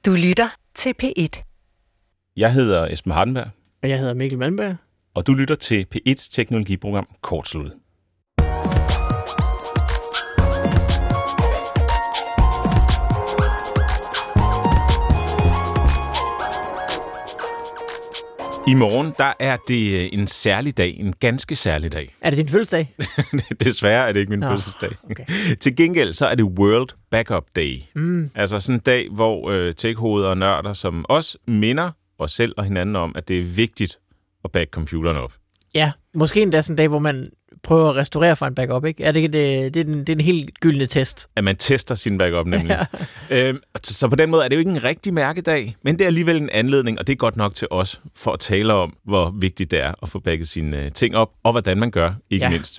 Du lytter til P1. Jeg hedder Esben Hardenberg. Og jeg hedder Mikkel Malmberg. Og du lytter til P1's teknologiprogram Kortsluttet. I morgen, der er det en særlig dag, en ganske særlig dag. Er det din fødselsdag? Desværre er det ikke min fødselsdag. Okay. Til gengæld, så er det World Backup Day. Altså sådan en dag, hvor tech-hoveder og nørder som os minder os selv og hinanden om, at det er vigtigt at backe computeren op. Ja, måske endda sådan en dag, hvor man prøver at restaurere for en backup, ikke? Er det ikke det er en helt gyldne test? At man tester sin backup, nemlig. Ja. Så på den måde er det jo ikke en rigtig mærkedag, men det er alligevel en anledning, og det er godt nok til os, for at tale om, hvor vigtigt det er at få backet sine ting op, og hvordan man gør, ikke mindst.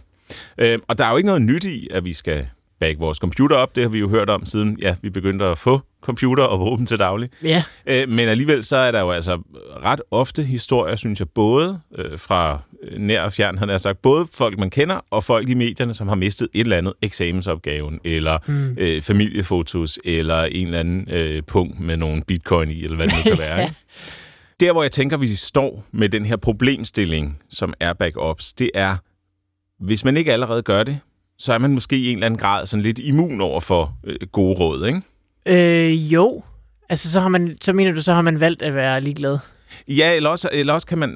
Og der er jo ikke noget nyt i, at vi skal backe vores computer op. Det har vi jo hørt om siden, vi begyndte at få computer og bruge dem til daglig. Ja. Men alligevel så er der jo altså ret ofte historier, synes jeg, både fra nær og fjern, han har sagt, både folk, man kender, og folk i medierne, som har mistet et eller andet eksamensopgaven, eller familiefotos, eller en eller anden punkt med nogle bitcoin i, eller hvad det nu kan være. Ikke? Der, hvor jeg tænker, vi står med den her problemstilling, som er backups, det er, hvis man ikke allerede gør det, så er man måske i en eller anden grad sådan lidt immun over for gode råd, ikke? Jo. Altså, så mener du, så har man valgt at være ligeglad? Ja, eller også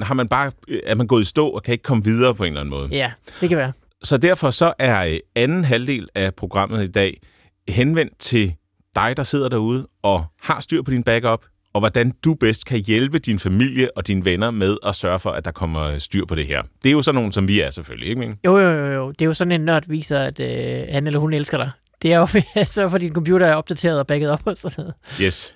er man gået i stå og kan ikke komme videre på en eller anden måde. Ja, det kan være. Så derfor så er anden halvdel af programmet i dag henvendt til dig, der sidder derude og har styr på din backup, og hvordan du bedst kan hjælpe din familie og dine venner med at sørge for, at der kommer styr på det her. Det er jo sådan nogen, som vi er selvfølgelig, ikke? Jo. Det er jo sådan, en nørd viser, at han eller hun elsker dig. Det er jo at sørge for, at din computer er opdateret og backet op og sådan noget. Yes.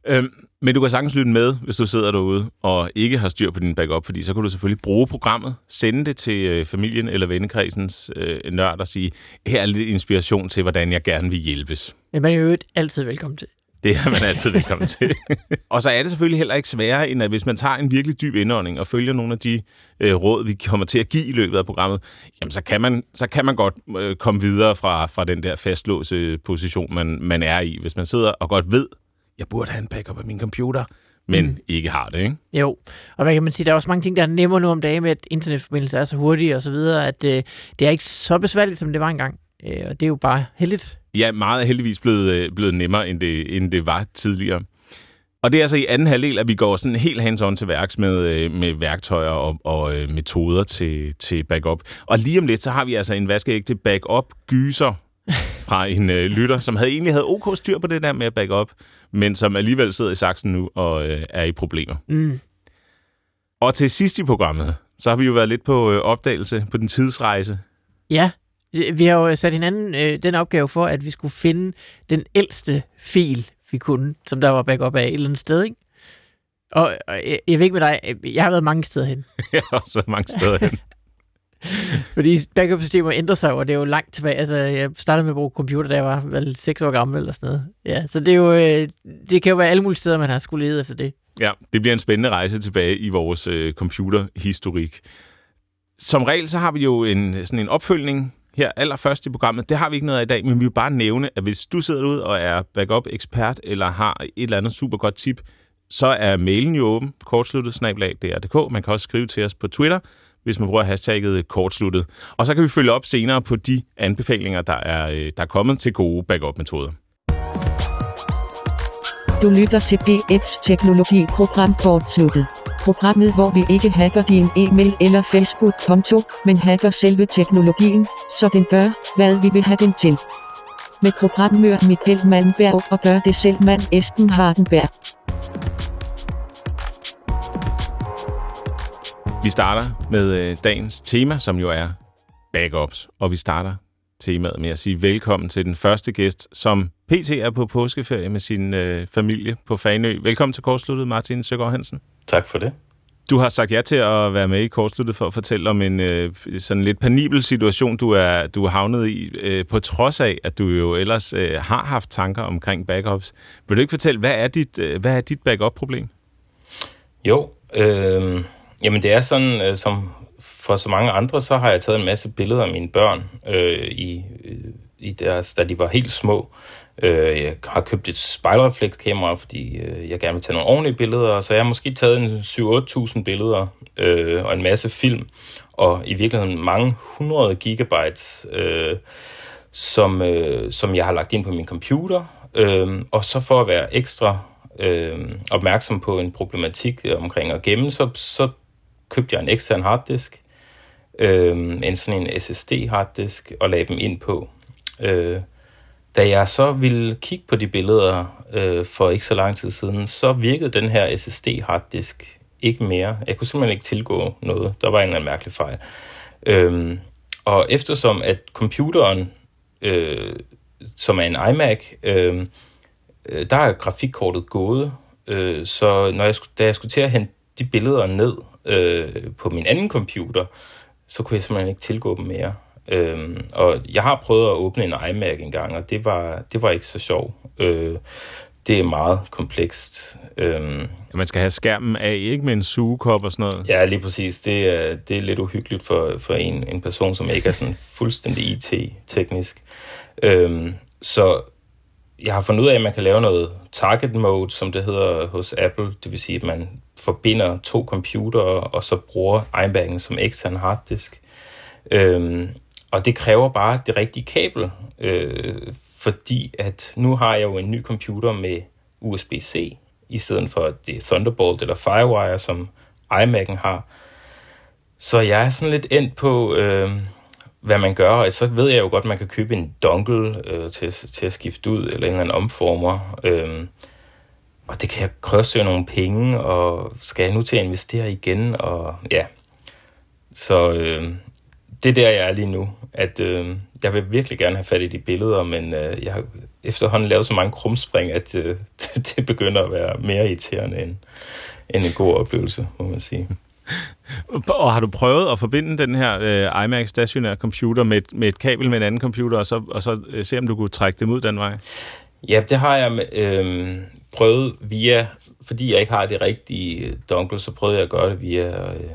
Men du kan sagtens lytte med, hvis du sidder derude og ikke har styr på din backup, fordi så kan du selvfølgelig bruge programmet, sende det til familien eller vennekredsens nørd og sige, her er lidt inspiration til, hvordan jeg gerne vil hjælpes. Det er man jo altid velkommen til. Det er man altid velkommen til. Og så er det selvfølgelig heller ikke sværere, end at hvis man tager en virkelig dyb indånding og følger nogle af de råd, vi kommer til at give i løbet af programmet, jamen så kan man godt komme videre fra den der fastlåse position, man er i. Hvis man sidder og godt ved, jeg burde have en backup af min computer, men ikke har det, ikke? Jo, og hvad kan man sige, der er også mange ting, der er nemmere nu om dagen med, at internetforbindelse er så hurtig og så videre, at det er ikke så besværligt, som det var engang. Og det er jo bare heldigt. Ja, meget er heldigvis blevet nemmere, end det var tidligere. Og det er altså i anden halvdel, at vi går sådan helt hands-on til værks med værktøjer og metoder til backup. Og lige om lidt, så har vi altså en vaskeægte backup-gyser fra en lytter, som egentlig havde OK styr på det der med at backup, men som alligevel sidder i saksen nu og er i problemer. Og til sidst i programmet, så har vi jo været lidt på opdagelse på den tidsrejse. Ja, vi har jo sat hinanden den opgave for, at vi skulle finde den ældste fil, vi kunne, som der var backup af et eller andet sted, ikke? Og jeg ved ikke med dig, jeg har været mange steder hen. Jeg har også været mange steder hen. Fordi backup-systemer ændrer sig, og det er jo langt tilbage. Altså, jeg startede med at bruge computer, da jeg var 6 år gammel eller sådan noget. Ja, så det er jo, det kan jo være alle mulige steder, man har skulle lede efter det. Ja, det bliver en spændende rejse tilbage i vores computerhistorik. Som regel, så har vi jo sådan en opfølgning her allerførst i programmet. Det har vi ikke noget af i dag, men vi vil bare nævne, at hvis du sidder derude og er backup-ekspert eller har et eller andet super godt tip, så er mailen jo åben, kortsluttet@dr.dk. Man kan også skrive til os på Twitter, hvis man bruger hashtagget kortsluttet. Og så kan vi følge op senere på de anbefalinger, der er kommet til gode backup-metoder. Du lytter til P1's teknologiprogram Kortsluttet. Programmet, hvor vi ikke hacker din e-mail eller Facebook-konto, men hacker selve teknologien, så den gør, hvad vi vil have den til. Med programmør Mikkel Malmberg og gør det selv mand Esben Hardenberg. Vi starter med dagens tema, som jo er backups, og vi starter temaet med at sige velkommen til den første gæst, som pt. Er på påskeferie med sin familie på Fanø. Velkommen til Kortsluttet, Martin Søgaard Hansen. Tak for det. Du har sagt ja til at være med i Kortsluttet for at fortælle om en sådan lidt penibel situation, du er havnet i, på trods af, at du jo ellers har haft tanker omkring backups. Vil du ikke fortælle, hvad er dit backup-problem? Jo, jamen det er sådan, som for så mange andre, så har jeg taget en masse billeder af mine børn i da de var helt små. Jeg har købt et spejlreflekskamera, fordi jeg gerne vil tage nogle ordentlige billeder, så jeg har måske taget en 7-8.000 billeder og en masse film, og i virkeligheden mange 100 gigabytes, som jeg har lagt ind på min computer, og så for at være ekstra opmærksom på en problematik omkring at gemme, så købte jeg en ekstern harddisk, sådan en SSD harddisk, og lagde dem ind på. Da jeg så ville kigge på de billeder for ikke så lang tid siden, så virkede den her SSD harddisk ikke mere. Jeg kunne simpelthen ikke tilgå noget. Der var en eller anden mærkelig fejl. Og eftersom at computeren, som er en iMac, der er grafikkortet gået, så da jeg skulle til at hente de billeder ned på min anden computer, så kunne jeg simpelthen ikke tilgå dem mere. Og jeg har prøvet at åbne en iMac engang, og det var ikke så sjovt. Det er meget komplekst. Man skal have skærmen af, ikke, med en sugekop og sådan noget? Ja, lige præcis. Det er lidt uhyggeligt for en person, som ikke er sådan fuldstændig IT-teknisk. Så jeg har fundet ud af, at man kan lave noget target mode, som det hedder hos Apple. Det vil sige, at man forbinder 2 computere, og så bruger iMac'en som ekstern harddisk. Og det kræver bare det rigtige kabel, fordi at nu har jeg jo en ny computer med USB-C, i stedet for det Thunderbolt eller Firewire, som iMac'en har. Så jeg er sådan lidt endt på, hvad man gør, og så ved jeg jo godt, at man kan købe en dongle til at skifte ud, eller en eller anden omformer. Og det kan koste jo nogle penge, og skal jeg nu til at investere igen, og ja. Så det er der, jeg er lige nu, at jeg vil virkelig gerne have fat i de billeder, men jeg har efterhånden lavet så mange krumspring, at det begynder at være mere irriterende end en god oplevelse, må man sige. Og har du prøvet at forbinde den her iMac stationær computer med et kabel med en anden computer, og så se, om du kunne trække dem ud den vej? Ja, det har jeg prøvet via, fordi jeg ikke har det rigtige dongle, så prøvede jeg at gøre det via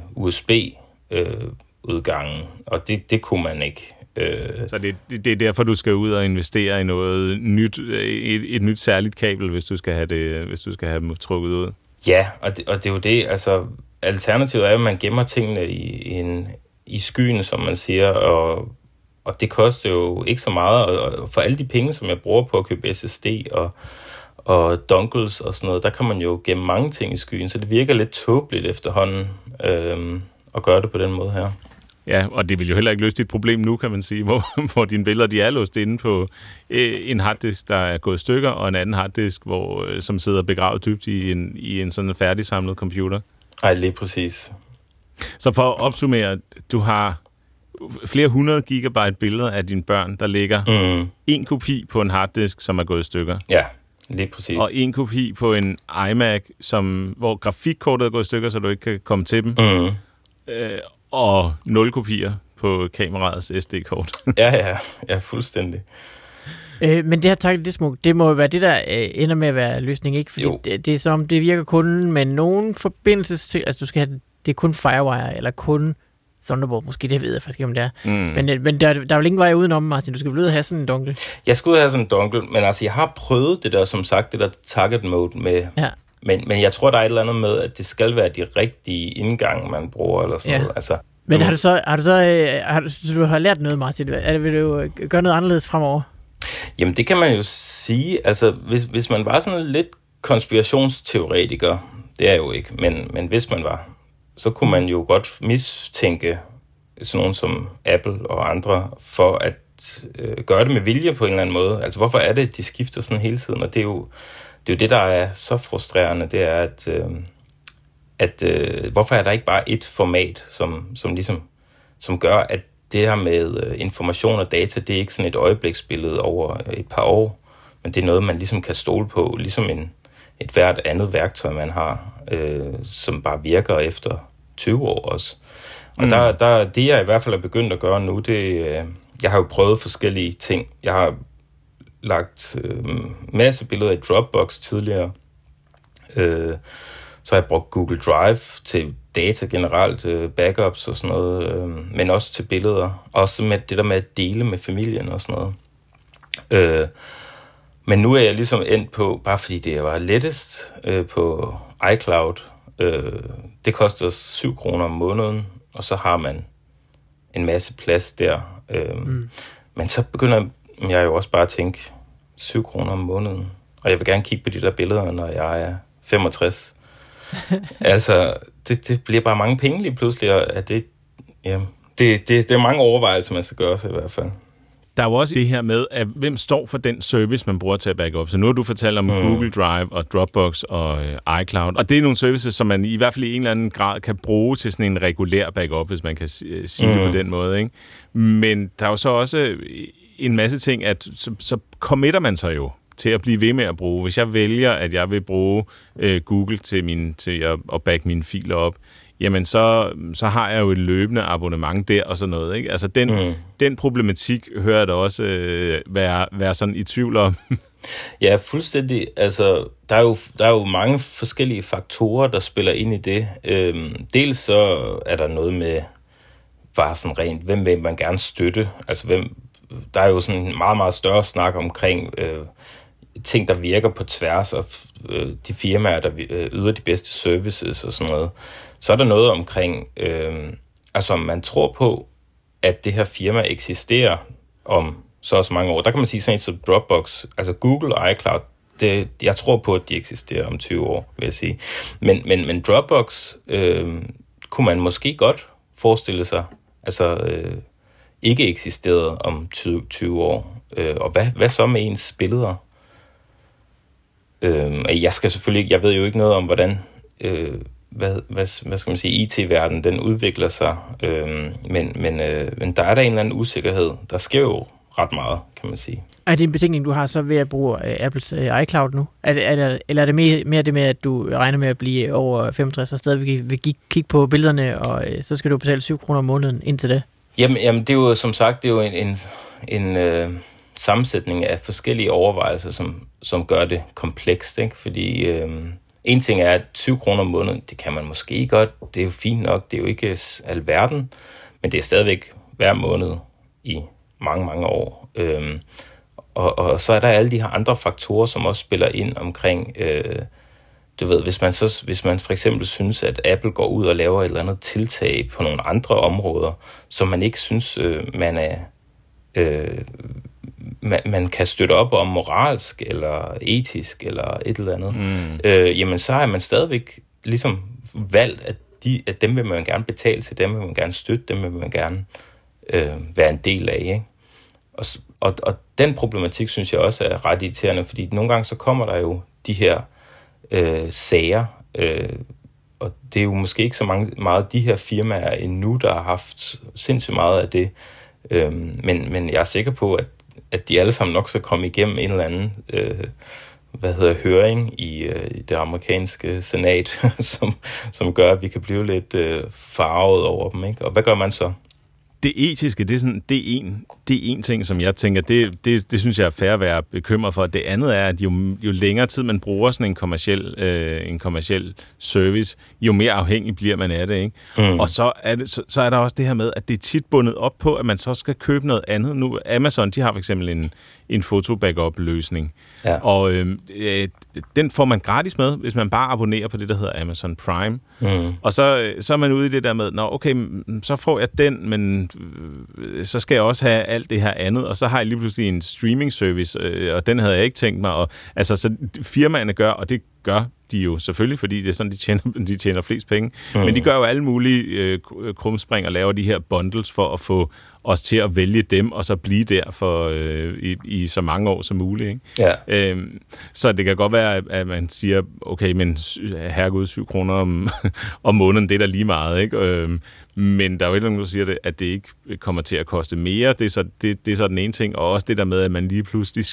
USB-udgangen, og det kunne man ikke. Så det er derfor, du skal ud og investere i noget nyt, et nyt særligt kabel, hvis du skal have dem trukket ud? Ja, og det er jo det, altså alternativet er jo, at man gemmer tingene i skyen, som man siger, og det koster jo ikke så meget, og for alle de penge, som jeg bruger på at købe SSD og dongles og sådan noget, der kan man jo gemme mange ting i skyen, så det virker lidt tåbeligt efterhånden at gøre det på den måde her. Ja, og det vil jo heller ikke løse dit problem nu, kan man sige, hvor dine billeder, de er låst inde på en harddisk, der er gået i stykker, og en anden harddisk, som sidder begravet dybt i en sådan færdigsamlet computer. Ej, lige præcis. Så for at opsummere, du har flere 100 gigabyte billeder af dine børn, der ligger en kopi på en harddisk, som er gået i stykker. Ja, lige præcis. Og en kopi på en iMac, hvor grafikkortet er gået i stykker, så du ikke kan komme til dem. Og 0 kopier på kameraets SD-kort. ja, fuldstændig. Men det her takket, det smukt, det må jo være det, der ender med at være løsning, ikke? Fordi det er som, det virker kun med nogen forbindelse til, altså du skal have, det er kun Firewire, eller kun Thunderbolt, måske, det ved jeg faktisk ikke, om det er. Men der er vel ingen vej udenom, Martin, du skal vel ud og have sådan en dongle? Jeg skal ud og have sådan en dongle, men altså, jeg har prøvet det der, som sagt, det der target mode med... Ja. Men jeg tror, der er et eller andet med, at det skal være de rigtige indgange, man bruger, eller sådan noget. Altså, men har du har lært noget, Martin? Vil du gøre noget anderledes fremover? Jamen, det kan man jo sige. Altså, hvis man var sådan lidt konspirationsteoretiker, det er jo ikke, men hvis man var, så kunne man jo godt mistænke sådan nogen som Apple og andre for at gøre det med vilje på en eller anden måde. Altså, hvorfor er det, at de skifter sådan hele tiden? Og det er jo det, der er så frustrerende, det er, at hvorfor er der ikke bare et format, som gør, at det her med information og data, det er ikke sådan et øjebliksbillede over et par år, men det er noget, man ligesom kan stole på, ligesom et hvert andet værktøj, man har, som bare virker efter 20 år også. Og det jeg i hvert fald er begyndt at gøre nu, det jeg har jo prøvet forskellige ting. Jeg har lagt masse billeder i Dropbox tidligere. Så har jeg brugt Google Drive til data generelt, backups og sådan noget, men også til billeder. Også med det der med at dele med familien og sådan noget. Men nu er jeg ligesom endt på, bare fordi det var lettest på iCloud, det koster 7 kroner om måneden, og så har man en masse plads der. Men så begynder jeg jo også bare at tænke, 7 kroner om måneden, og jeg vil gerne kigge på de der billeder, når jeg er 65. Altså, det bliver bare mange penge lige pludselig, og at det er mange overvejelser, man skal gøre sig i hvert fald. Der er jo også det her med, at hvem står for den service, man bruger til at backe op. Så nu har du fortalt om Google Drive og Dropbox og iCloud. Og det er nogle services, som man i hvert fald i en eller anden grad kan bruge til sådan en regulær backup, hvis man kan sige det på den måde. Ikke? Men der er jo så også en masse ting, at så committer man sig jo til at blive ved med at bruge. Hvis jeg vælger, at jeg vil bruge Google til at backe mine filer op, jamen så har jeg jo et løbende abonnement der og sådan noget. Ikke? Altså den problematik hører jeg da også være sådan i tvivl om. Ja, fuldstændig. Altså, der er jo mange forskellige faktorer, der spiller ind i det. Dels så er der noget med bare sådan rent, hvem vil man gerne støtte? Altså, der er jo sådan en meget, meget større snak omkring ting, der virker på tværs af de firmaer, der yder de bedste services og sådan noget. Så er der noget omkring, altså om man tror på, at det her firma eksisterer om så mange år. Der kan man sige sådan et som Dropbox, altså Google og iCloud, jeg tror på, at de eksisterer om 20 år, vil jeg sige. Men Dropbox kunne man måske godt forestille sig, altså ikke eksisterede om 20 år. Og hvad så med ens billeder? Jeg ved jo ikke noget om, hvordan hvad skal man sige, IT-verdenen, den udvikler sig, men der er der en eller anden usikkerhed. Der sker jo ret meget, kan man sige. Er det en betingning, du har så ved at bruge Apples iCloud nu? Eller er det mere det med, at du regner med at blive over 65 og stadig vil kigge på billederne, og så skal du betale 7 kroner om måneden indtil det? Jamen det er jo som sagt, det er jo en sammensætning af forskellige overvejelser, som gør det komplekst, ikke? Fordi en ting er, at 7 kroner om måneden, det kan man måske godt, det er jo fint nok, det er jo ikke alverden, men det er stadigvæk hver måned i mange, mange år. Og så er der alle de her andre faktorer, som også spiller ind omkring, du ved, hvis man for eksempel synes, at Apple går ud og laver et eller andet tiltag på nogle andre områder, som man ikke synes, man kan støtte op om moralsk eller etisk eller et eller andet, jamen så har man stadigvæk ligesom valgt, at dem vil man gerne betale til, dem vil man gerne støtte, dem vil man gerne være en del af, ikke? Og den problematik synes jeg også er ret irriterende, fordi nogle gange så kommer der jo de her sager, og det er jo måske ikke så meget de her firmaer endnu, der har haft sindssygt meget af det, men jeg er sikker på, at de alle sammen nok skal komme igennem en eller anden høring i det amerikanske senat, som gør, at vi kan blive lidt farvet over dem, ikke? Og hvad gør man så? Det etiske, det er en ting, som jeg tænker, det synes jeg er fair at være bekymret for. Det andet er, at jo længere tid man bruger sådan en kommerciel service, jo mere afhængig bliver man af det, ikke? Og så er der også det her med, at det er tit bundet op på, at man så skal købe noget andet. Nu Amazon, de har for eksempel en foto-backup-løsning, ja. Og den får man gratis med, hvis man bare abonnerer på det, der hedder Amazon Prime. Og så er man ude i det der med, okay, så får jeg den, men så skal jeg også have alt det her andet, og så har jeg lige pludselig en streaming service, og den havde jeg ikke tænkt mig. Og, altså, så firmaerne gør, og det gør de jo selvfølgelig, fordi det er sådan, de tjener flest penge. Men de gør jo alle mulige krumspring og laver de her bundles for at få os til at vælge dem, og så blive der for i så mange år som muligt. Ikke? Ja. Så det kan godt være, at man siger, okay, men herregud, 7 kroner om måneden, det er da lige meget, ikke? Men der er jo ikke nogen, der siger, at det ikke kommer til at koste mere. Det er så den ene ting, og også det der med, at man lige pludselig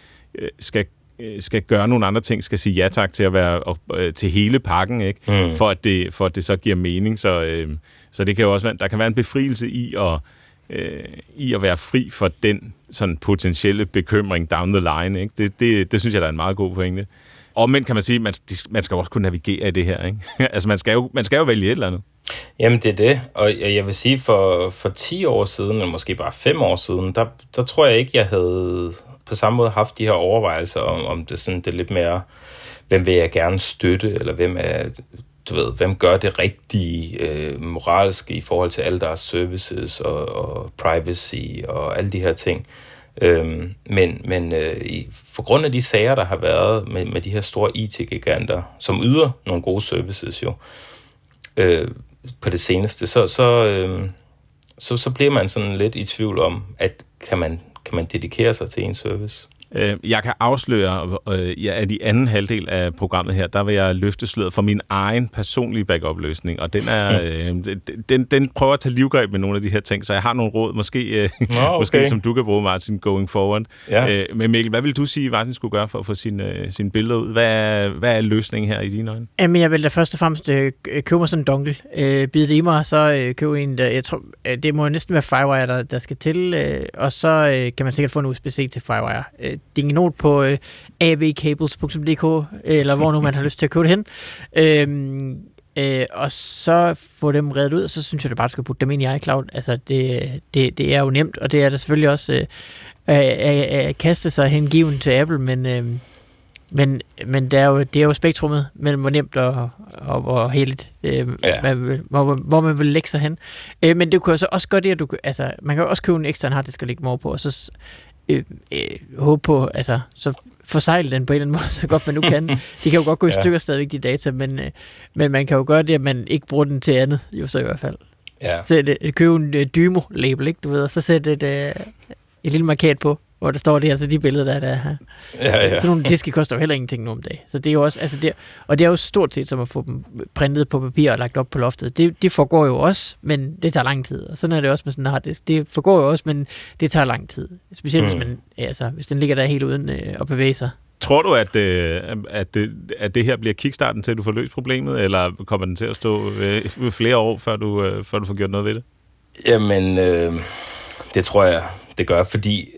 skal gøre nogle andre ting, skal sige ja tak til at være til hele pakken, ikke? For at det så giver mening. Så det kan jo også være, der kan være en befrielse i at være fri for den sådan potentielle bekymring down the line, ikke? Det synes jeg, der er en meget god pointe. Omvendt kan man sige, at man skal også kunne navigere i det her, ikke? Altså man skal jo vælge et eller andet. Jamen det er det, og jeg vil sige, for 10 år siden, eller måske bare 5 år siden, der tror jeg ikke, jeg havde på samme måde haft de her overvejelser om det sådan, det er lidt mere, hvem vil jeg gerne støtte, eller hvem gør det rigtige moralske i forhold til alle deres services og privacy og alle de her ting. Men for grund af de sager, der har været med de her store IT-giganter, som yder nogle gode services jo, på det seneste, så bliver man sådan lidt i tvivl om, at kan man dedikere sig til en service. Jeg kan afsløre, at i anden halvdel af programmet her, der vil jeg løfte sløret for min egen personlige backup-løsning, og den er den prøver at tage livgreb med nogle af de her ting, så jeg har nogle råd, måske som du kan bruge, Martin, going forward. Ja. Men Mikkel, hvad vil du sige, Martin skulle gøre for at få sine billeder ud? Hvad er løsningen her i dine øjne? Jamen, jeg vil da først og fremmest købe mig sådan en dongle, bide det i mig, og så købe en, jeg tror, det må næsten være FireWire, der skal til, og så kan man sikkert få en USB-C til FireWire. Dinge not på avcables.dk, eller hvor nu man har lyst til at købe det hen. Og så få dem reddet ud, og så synes jeg, at bare skal putte dem ind i iCloud. Altså, det er jo nemt, og det er det selvfølgelig også at kaste sig hengiven til Apple, men det er jo spektrummet mellem hvor nemt og hvor heldigt, hvor man vil lægge sig hen. Men det kunne så også gøre det, at man kan jo også købe en ekstern harddisk og lægge dem over på, og så håbe på, altså, så forsejle den på en eller anden måde, så godt man nu kan. Det kan jo godt gå i stykker stadigvæk, de data, men man kan jo gøre det, at man ikke bruger den til andet, jo så i hvert fald. Ja. Så købe en Dymo-label, ikke, du ved, og så sætte et lille markat på, hvor der står det, altså de billeder, der er her. Ja. Sådan nogle diske koster jo heller ingenting nu om dagen. Så det er jo også, altså og det er jo stort set som at få dem printet på papir og lagt op på loftet. Det foregår jo også, men det tager lang tid. Og sådan er det også med sådan en harddisk. Det foregår jo også, men det tager lang tid. Specielt hvis den ligger der helt uden at bevæge sig. Tror du, at det her bliver kickstarten til, at du får løst problemet, eller kommer den til at stå flere år, før du får gjort noget ved det? Jamen, det tror jeg, det gør, fordi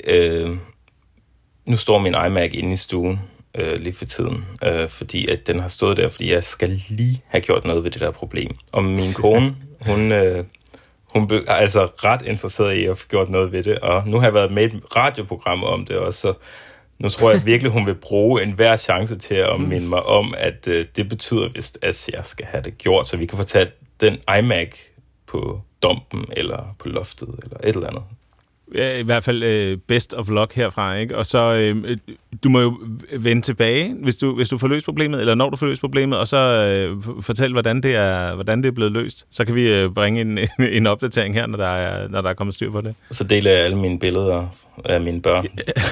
nu står min iMac inde i stuen lige for tiden, fordi at den har stået der, fordi jeg skal lige have gjort noget ved det der problem. Og min kone, hun er altså ret interesseret i at få gjort noget ved det, og nu har jeg været med i et radioprogram om det også, så nu tror jeg virkelig, hun vil bruge enhver chance til at minde mig om, at det betyder vist, at jeg skal have det gjort, så vi kan få taget den iMac på dumpen, eller på loftet, eller et eller andet. Ja, i hvert fald best of luck herfra, ikke? Og så, du må jo vende tilbage, hvis du får løst problemet, eller når du får løst problemet, og så fortæl, hvordan det er blevet løst. Så kan vi bringe en opdatering her, når der er kommet styr på det. Så deler jeg alle mine billeder af mine børn.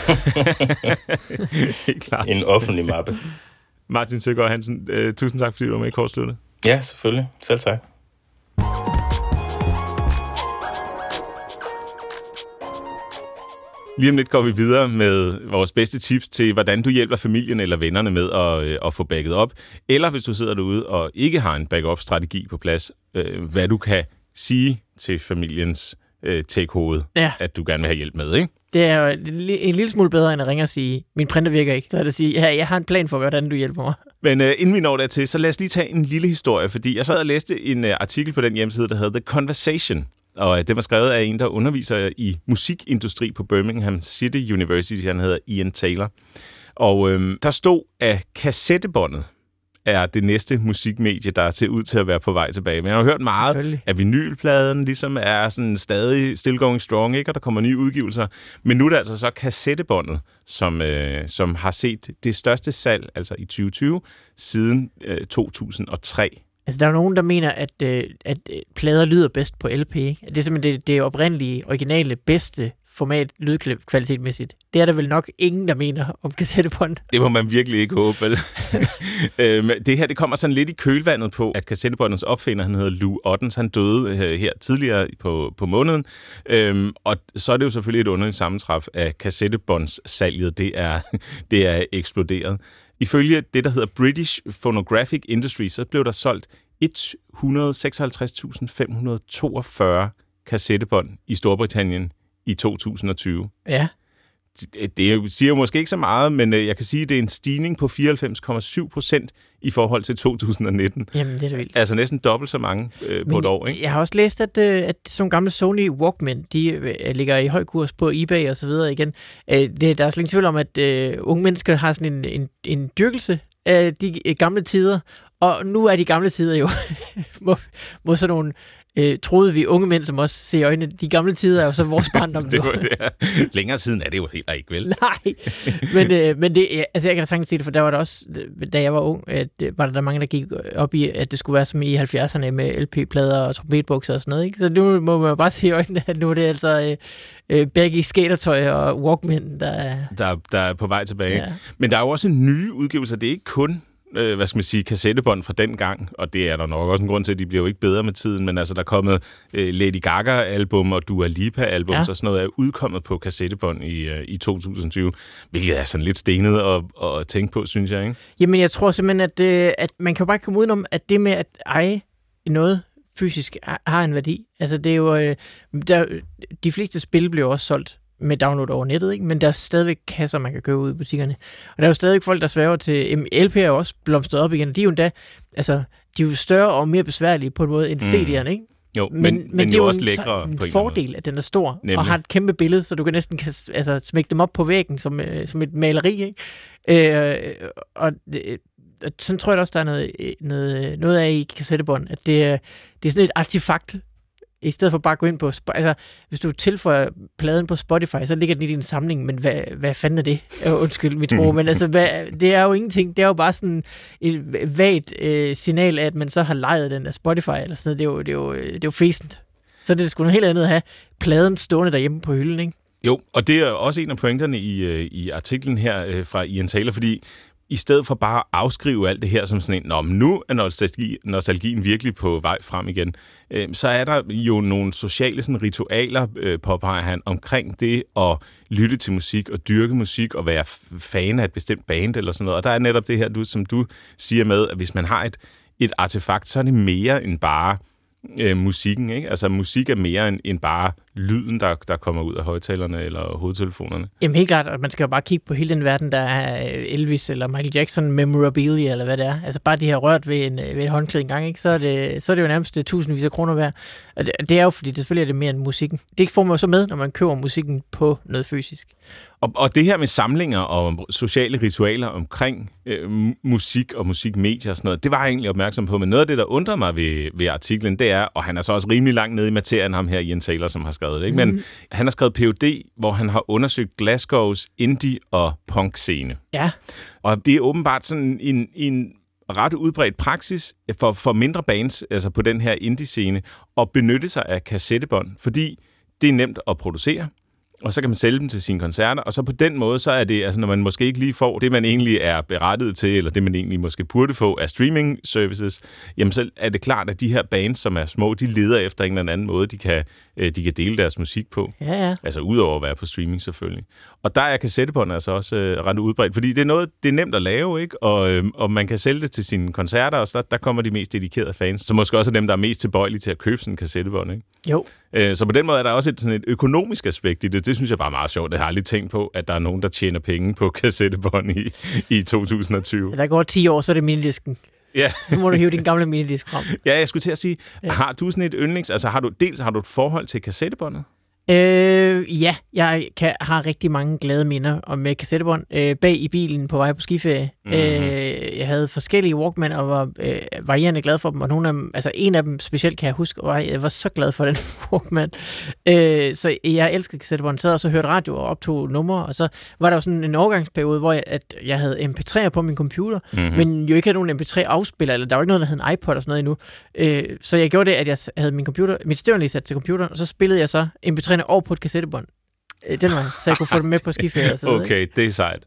Helt klart. En offentlig mappe. Martin Søgaard Hansen, tusind tak, fordi du var med i Kortsluttet. Ja, selvfølgelig. Selv tak. Lige om lidt går vi videre med vores bedste tips til, hvordan du hjælper familien eller vennerne med at få backet op. Eller hvis du sidder derude og ikke har en backup-strategi på plads, hvad du kan sige til familiens tech-hoved, at du gerne vil have hjælp med, ikke? Det er jo en lille smule bedre, end at ringe og sige, min printer virker ikke. Så er det at sige, jeg har en plan for, hvordan du hjælper mig. Men inden vi når dertil, så lad os lige tage en lille historie, fordi jeg sad og læste en artikel på den hjemmeside, der hedder The Conversation. Og det var skrevet af en, der underviser i musikindustri på Birmingham City University. Han hedder Ian Taylor. Og der stod, at kassettebåndet er det næste musikmedie, der ser ud til at være på vej tilbage. Men jeg har hørt meget, at vinylpladen ligesom er sådan stadig still going strong, ikke? Og der kommer nye udgivelser. Men nu er det altså så kassettebåndet, som har set det største salg, altså i 2020, siden 2003. Altså, der er jo nogen, der mener, at plader lyder bedst på LP, ikke? Det er simpelthen det oprindelige, originale, bedste format lydkvalitetmæssigt. Det er der vel nok ingen, der mener om kassettebånd. Det må man virkelig ikke håbe, vel? Det her, det kommer sådan lidt i kølvandet på, at kassettebåndets opfinder, han hedder Lou Ottens, han døde her tidligere på måneden. Og så er det jo selvfølgelig et underligt sammentræf, at kassettebåndssalget, det er eksploderet. Ifølge det, der hedder British Phonographic Industry, så blev der solgt 156.542 kassettebånd i Storbritannien i 2020. Ja. Det siger jo måske ikke så meget, men jeg kan sige, at det er en stigning på 94,7% i forhold til 2019. Jamen, det er da vildt. Altså næsten dobbelt så mange på et år, ikke? Jeg har også læst, at sådan nogle gamle Sony Walkman, de ligger i høj kurs på eBay og så videre igen. Der er slet ingen tvivl om, at unge mennesker har sådan en dyrkelse af de gamle tider, og nu er de gamle tider jo må sådan nogle troede vi unge mænd, som også ser i øjnene. De gamle tider er jo så vores barndom nu. Længere siden er det jo heller ikke, vel? Nej, men det, altså jeg kan da sagtens sige det, for der var der også, da jeg var ung, var der mange, der gik op i, at det skulle være som i 70'erne med LP-plader og trompetbukser og sådan noget. Ikke? Så nu må man jo bare se i øjnene, at nu er det altså baggy skatertøj og Walkman, der er på vej tilbage. Ja. Men der er jo også nye udgivelser. Det er ikke kun kassettebånd fra den gang, og det er der nok også en grund til, at de bliver jo ikke bedre med tiden, men altså der er kommet Lady Gaga-album og Dua Lipa-album, så sådan noget er udkommet på kassettebånd i 2020, hvilket er sådan lidt stenet at tænke på, synes jeg, ikke? Jamen, jeg tror simpelthen, at man kan jo bare ikke komme udenom, at det med at eje noget fysisk har en værdi. Altså, det er jo... de fleste spil bliver også solgt med download over nettet, ikke? Men der er stadigvæk kasser, man kan købe ud i butikkerne. Og der er jo stadig folk, der sværger til... LP er jo også blomstret op igen. De er jo endda... Altså, de er jo større og mere besværlige på en måde end CD'erne, ikke? Jo, men det er jo også lækre en på en fordel, at den er stor, nemlig, og har et kæmpe billede, så du kan næsten smække dem op på væggen som et maleri, ikke? Og sådan tror jeg også, der er noget af i kassettebånd, at det er sådan et artefakt, i stedet for bare at gå ind på... Altså, hvis du tilføjer pladen på Spotify, så ligger den i din samling, men hvad fanden er det? Undskyld mit ord, men altså, det er jo ingenting. Det er jo bare sådan et vagt signal af, at man så har lejet den af Spotify, eller sådan noget. Det er jo fæsent. Så det er sgu noget helt andet at have pladen stående derhjemme på hylden, ikke? Jo, og det er også en af pointerne i artiklen her fra Ian Taylor, fordi i stedet for bare at afskrive alt det her som sådan en, nu er nostalgien virkelig på vej frem igen, så er der jo nogle sociale sådan, ritualer, påpeger han, omkring det at lytte til musik og dyrke musik og være fan af et bestemt band eller sådan noget. Og der er netop det her, som du siger med, at hvis man har et artefakt, så er det mere end bare musikken, ikke? Altså musik er mere end bare lyden, der kommer ud af højtalerne eller hovedtelefonerne. Jamen helt klart, og man skal jo bare kigge på hele den verden, der er Elvis eller Michael Jackson memorabilia, eller hvad det er. Altså bare de har rørt ved et håndklæde en gang, ikke? Så er det jo nærmest tusindvis af kroner værd. Og det er jo, fordi det selvfølgelig er det mere end musikken. Det får man jo så med, når man køber musikken på noget fysisk. Og det her med samlinger og sociale ritualer omkring musik og musikmedier og sådan noget, det var jeg egentlig opmærksom på. Men noget af det, der undrer mig ved artiklen, det er, og han er så også rimelig langt nede i materien, ham her Ian Taylor, som har skrevet det, ikke? Men han har skrevet Ph.D., hvor han har undersøgt Glasgows indie- og punk-scene. Ja. Og det er åbenbart sådan en ret udbredt praksis for mindre bands, altså på den her indie-scene, at benytte sig af kassettebånd, fordi det er nemt at producere, og så kan man sælge dem til sine koncerter, og så på den måde, så er det, altså når man måske ikke lige får det, man egentlig er berettiget til, eller det, man egentlig måske burde få af streaming services, jamen så er det klart, at de her bands, som er små, de leder efter en eller anden måde, de kan dele deres musik på. Ja. Altså udover at være på streaming selvfølgelig. Og der er kassettebånd altså også ret udbredt, fordi det er nemt at lave, ikke? Og man kan sælge det til sine koncerter, og så der kommer de mest dedikerede fans, så måske også er dem, der er mest tilbøjelige til at købe sådan en kassettebånd, ikke? Jo. Så på den måde er der også sådan et økonomisk aspekt i det. Det synes jeg bare er meget sjovt. Jeg har aldrig tænkt på, at der er nogen, der tjener penge på kassettebånd i 2020. Der går 10 år, så er det minidisken. Ja. Så må du hive din gamle minidisk frem. Ja, jeg skulle til at sige, har du sådan et yndlings... Altså har du et forhold til kassettebåndet? Ja, jeg har rigtig mange glade minder om kassettebånd. Bag i bilen på vej på skiferie. Jeg havde forskellige Walkman og var varierende glad for dem, og nogle af dem, altså en af dem specielt kan jeg huske, og jeg var så glad for den Walkman. Så jeg elskede kassettebånd. Jeg sad og så hørte radio og optog numre, og så var der jo sådan en overgangsperiode, hvor jeg havde MP3'er på min computer, men jo ikke havde nogen MP3-afspiller, eller der var ikke noget, der hed en iPod og sådan noget endnu. Så jeg gjorde det, at jeg havde mit stereoanlæg sat til computeren, og så spillede jeg så MP3'erne over på et kassettebånd. Den var, så jeg kunne få dem med på skiferie og sådan noget. Okay, det er sejt.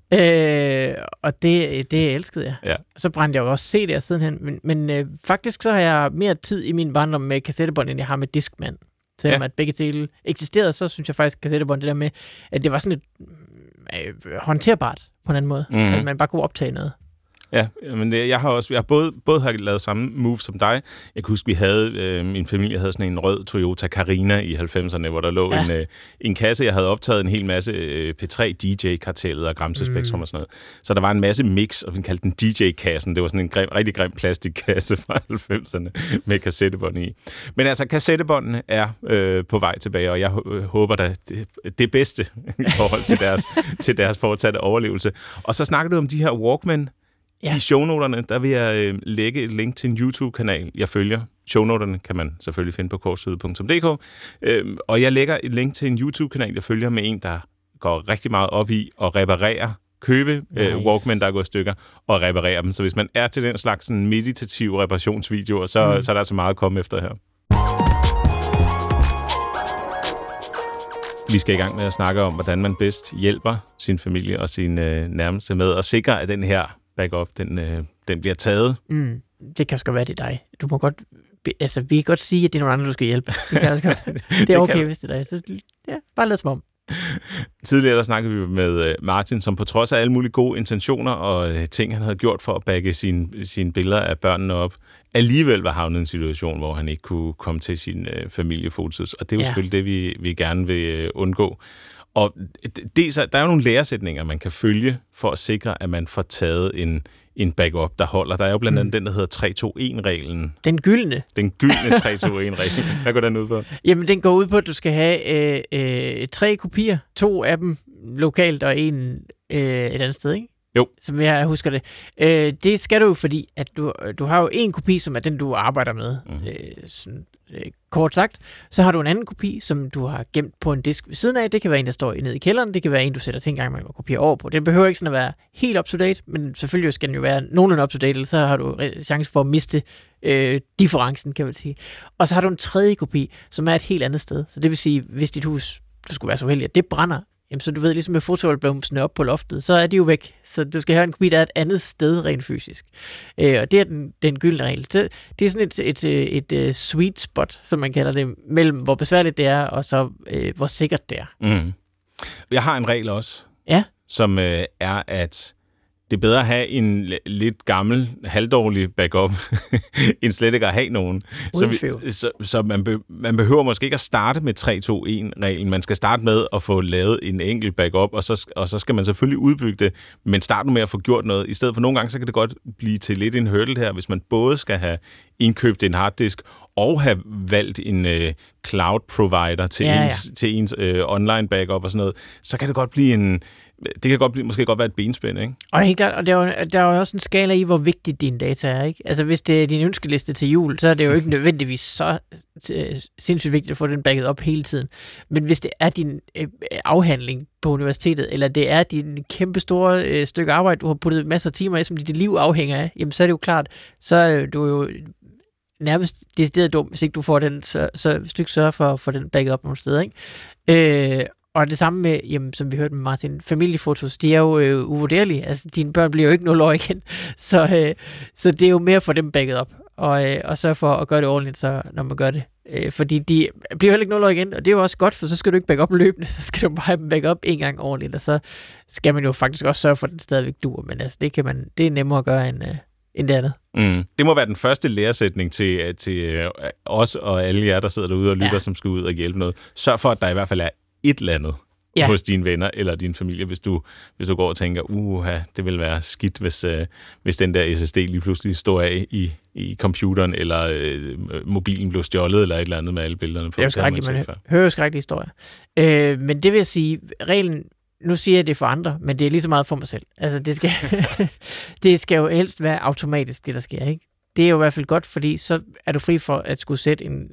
Og det elskede jeg. Ja. Så brændte jeg jo også CD'er sidenhen, men faktisk så har jeg mere tid i min barndom med kassettebånd, end jeg har med Discman. Selvom at begge dele eksisterede, så synes jeg faktisk kassettebånd, det der med, at det var sådan et håndterbart på en anden måde, at man bare kunne optage noget. Ja, men jeg har både lavet samme move som dig. Jeg kan huske, vi havde, min familie havde sådan en rød Toyota Carina i 90'erne, hvor der lå en kasse. Jeg havde optaget en hel masse P3 DJ-kartellet og Gramse Spektrum og sådan noget. Så der var en masse mix, og vi kaldte den DJ-kassen. Det var sådan en rigtig grim plastikkasse fra 90'erne med kassettebånd i. Men altså, kassettebåndene er på vej tilbage, og jeg håber da det bedste i forhold til deres fortsatte overlevelse. Og så snakker du om de her Walkman. Ja. I shownoterne, der vil jeg lægge et link til en YouTube-kanal, jeg følger. Shownoterne kan man selvfølgelig finde på kortsluttet.dk. Og jeg lægger et link til en YouTube-kanal, jeg følger med en, der går rigtig meget op i at købe Walkman, der går i stykker, og reparere dem. Så hvis man er til den slags sådan, meditative reparationsvideoer, så er der altså meget at komme efter her. Vi skal i gang med at snakke om, hvordan man bedst hjælper sin familie og sine nærmeste med at sikre, at den her backup, den bliver taget. Det kan også være, det er dig. Du må godt, vi kan godt sige, at det er nogle andre, du skal hjælpe. Det er okay, hvis det er dig. Så bare lad os om. Tidligere der snakkede vi med Martin, som på trods af alle mulige gode intentioner og ting, han havde gjort for at backe sine billeder af børnene op, alligevel var havnet i en situation, hvor han ikke kunne komme til sin familiefotos. Og det er jo selvfølgelig det, vi gerne vil undgå. Og der er jo nogle læresætninger, man kan følge for at sikre, at man får taget en backup, der holder. Der er jo blandt andet den, der hedder 3-2-1-reglen. Den gyldne 3-2-1-reglen. Hvad går den ud på? Jamen, den går ud på, at du skal have 3 kopier. 2 af dem lokalt og en et andet sted, ikke? Jo. Som jeg husker det. Det skal du jo, fordi at du har jo en kopi, som er den, du arbejder med. Kort sagt. Så har du en anden kopi, som du har gemt på en disk ved siden af. Det kan være en, der står nede i kælderen. Det kan være en, du sætter til en gang, man må kopiere over på. Det behøver ikke sådan at være helt up-to-date, men selvfølgelig skal den jo være nogenlunde up-to-date, eller så har du chance for at miste differencen, kan man sige. Og så har du en tredje kopi, som er et helt andet sted. Så det vil sige, hvis dit hus, du skulle være så heldig, at det brænder, jamen, så du ved, ligesom med fotoalbumsene op på loftet, så er de jo væk. Så du skal have en kopi, der er et andet sted rent fysisk. Og det er den gyldne regel. Det er sådan et sweet spot, som man kalder det, mellem hvor besværligt det er, og så hvor sikkert det er. Jeg har en regel også, som er, at det er bedre at have en lidt gammel, halvdårlig backup, end slet ikke at have nogen. Så man behøver måske ikke at starte med 3-2-1-reglen. Man skal starte med at få lavet en enkelt backup, og så skal man selvfølgelig udbygge det, men start nu med at få gjort noget. I stedet for nogle gange, så kan det godt blive til lidt en hurdle her, hvis man både skal have indkøbt en harddisk og have valgt en cloud provider til ens online backup og sådan noget, så kan det godt blive det kan måske godt være et benspænd, ikke? Og helt klart, og der er jo også en skala i, hvor vigtigt dine data er, ikke? Altså, hvis det er din ønskeliste til jul, så er det jo ikke nødvendigvis så sindssygt vigtigt at få den backet op hele tiden. Men hvis det er din afhandling på universitetet, eller det er din kæmpe store stykke arbejde, du har puttet masser af timer i, som dit liv afhænger af, jamen, så er det jo klart, så er du jo nærmest decideret dum, hvis ikke du får den, så hvis du ikke sørger for at få den backet op nogle steder, ikke? Og det samme med, jamen, som vi hørte med Martin, familiefotos, de er jo uvurderlige. Altså, dine børn bliver jo ikke 0 år igen. Så det er jo mere for dem backet op. Og sørge for at gøre det ordentligt, så, når man gør det. Fordi de bliver heller ikke 0 år igen, og det er jo også godt, for så skal du ikke back up løbende, så skal du bare have dem back up en gang ordentligt, og så skal man jo faktisk også sørge for, at den stadigvæk duer. Men altså, det er nemmere at gøre end det andet. Det må være den første læresætning til os og alle jer, der sidder derude og lytter, som skal ud og hjælpe noget. Sørg for, at der i hvert fald er et eller andet hos dine venner eller din familie, hvis du går og tænker, det vil være skidt, hvis den der SSD lige pludselig står af i computeren, eller mobilen blev stjålet, eller et eller andet med alle billederne på. Det er jo skrækkeligt, man hører jo skrækkelige historier. Men det vil jeg sige, reglen, nu siger jeg det for andre, men det er lige så meget for mig selv. Altså, det skal jo helst være automatisk, det der sker, ikke? Det er jo i hvert fald godt, fordi så er du fri for at skulle sætte en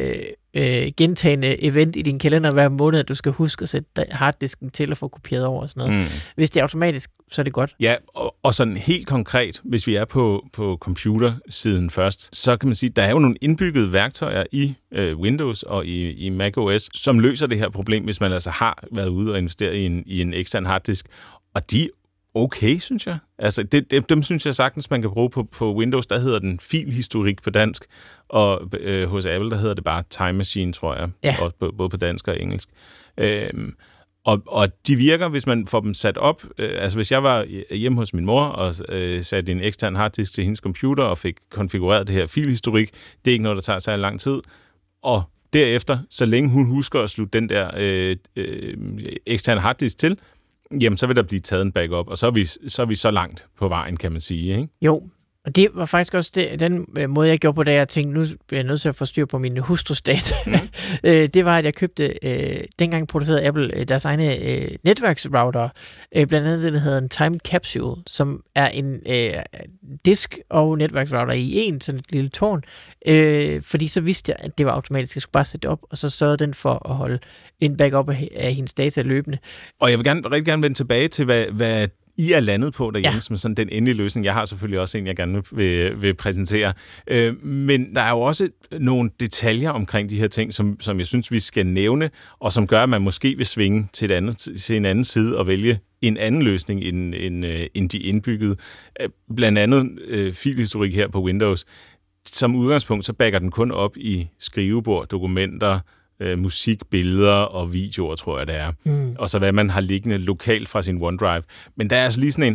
gentagende event i din kalender hver måned, at du skal huske at sætte harddisken til at få kopieret over og sådan noget. Hvis det er automatisk, så er det godt. Ja, og sådan helt konkret, hvis vi er på computersiden først, så kan man sige, at der er jo nogle indbyggede værktøjer i Windows og i macOS, som løser det her problem, hvis man altså har været ude og investere i en ekstern harddisk. Og de okay, synes jeg. Altså, dem synes jeg sagtens, man kan bruge på Windows. Der hedder den filhistorik på dansk, og hos Apple, der hedder det bare Time Machine, tror jeg. Ja. Også både på dansk og engelsk. Og de virker, hvis man får dem sat op. Altså, hvis jeg var hjemme hos min mor og satte en ekstern harddisk til hendes computer og fik konfigureret det her filhistorik, det er ikke noget, der tager særlig lang tid. Og derefter, så længe hun husker at slutte den der eksterne harddisk til, jamen, så vil der blive taget en backup, og så er vi så langt på vejen, kan man sige, ikke? Jo, og det var faktisk også den måde, jeg gjorde på, da jeg tænkte, nu bliver jeg nødt til at få styr på mine hustrus data. Det var, at jeg købte, dengang producerede Apple deres egne netværksrouter, blandt andet det, der hedder en Time Capsule, som er en disk- og netværksrouter i en, sådan et lille tårn, fordi så vidste jeg, at det var automatisk. Jeg skulle bare sætte det op, og så sørgede den for at holde en backup af hendes data løbende. Og jeg vil rigtig gerne vende tilbage til, hvad I er landet på derhjemme, som sådan den endelige løsning. Jeg har selvfølgelig også en, jeg gerne vil præsentere. Men der er jo også nogle detaljer omkring de her ting, som jeg synes, vi skal nævne, og som gør, at man måske vil svinge til en anden side og vælge en anden løsning end de indbyggede. Blandt andet filhistorik her på Windows. Som udgangspunkt, så backer den kun op i skrivebord, dokumenter, musik, billeder og videoer, tror jeg, det er. Og så hvad man har liggende lokalt fra sin OneDrive. Men der er altså lige sådan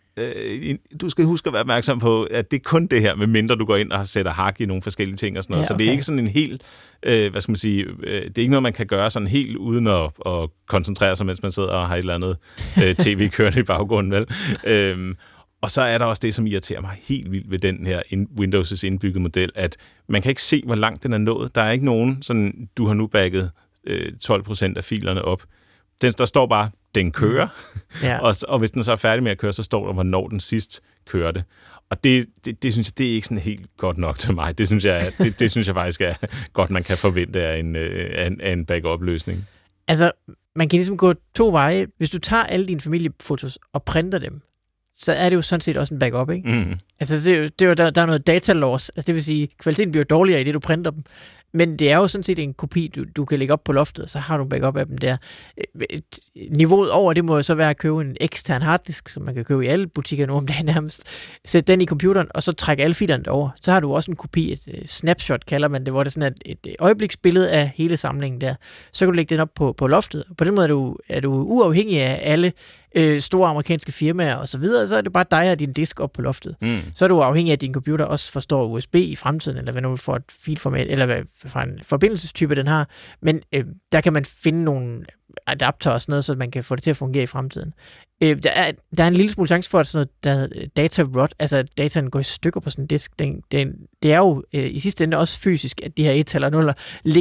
du skal huske at være opmærksom på, at det er kun det her, medmindre du går ind og sætter hak i nogle forskellige ting og sådan noget. Ja, okay. Så det er ikke sådan en helt, det er ikke noget, man kan gøre sådan helt uden at koncentrere sig, mens man sidder og har et eller andet tv kørende i baggrunden, vel? Og så er der også det, som irriterer mig helt vildt ved den her Windows' indbyggede model, at man kan ikke se, hvor langt den er nået. Der er ikke nogen, sådan, du har nu bagget 12% af filerne op. Der står bare, den kører, og hvis den så er færdig med at køre, så står der, hvornår den sidst kørte. Og det synes jeg, det er ikke sådan helt godt nok til mig. Det synes jeg faktisk er godt, man kan forvente af en backup-løsning. Altså, man kan ligesom gå 2 veje. Hvis du tager alle dine familiefotos og printer dem, så er det jo sådan set også en backup, ikke? Altså, der er noget data loss. Altså, det vil sige, kvaliteten bliver dårligere i det, du printer dem. Men det er jo sådan set en kopi, du kan lægge op på loftet, og så har du en backup af dem der. Niveauet over, det må jo så være at købe en ekstern harddisk, som man kan købe i alle butikker nu om dagen nærmest. Sæt den i computeren, og så trække alle filerne over. Så har du også en kopi, et snapshot kalder man det, hvor det er sådan et øjebliksbillede af hele samlingen der. Så kan du lægge den op på loftet. På den måde er du uafhængig af alle store amerikanske firmaer og så videre, så er det bare dig og din disk op på loftet. Så er du afhængig af, at din computer også forstår USB i fremtiden, eller hvad nu for et filformat, eller hvad for en forbindelsestype den har. Men der kan man finde nogle adapter og sådan noget, så man kan få det til at fungere i fremtiden. Der er en lille smule chance for, at sådan noget der data rot, altså at dataen går i stykker på sådan en disk. Det er jo i sidste ende også fysisk, at de her 1-tal og 0'er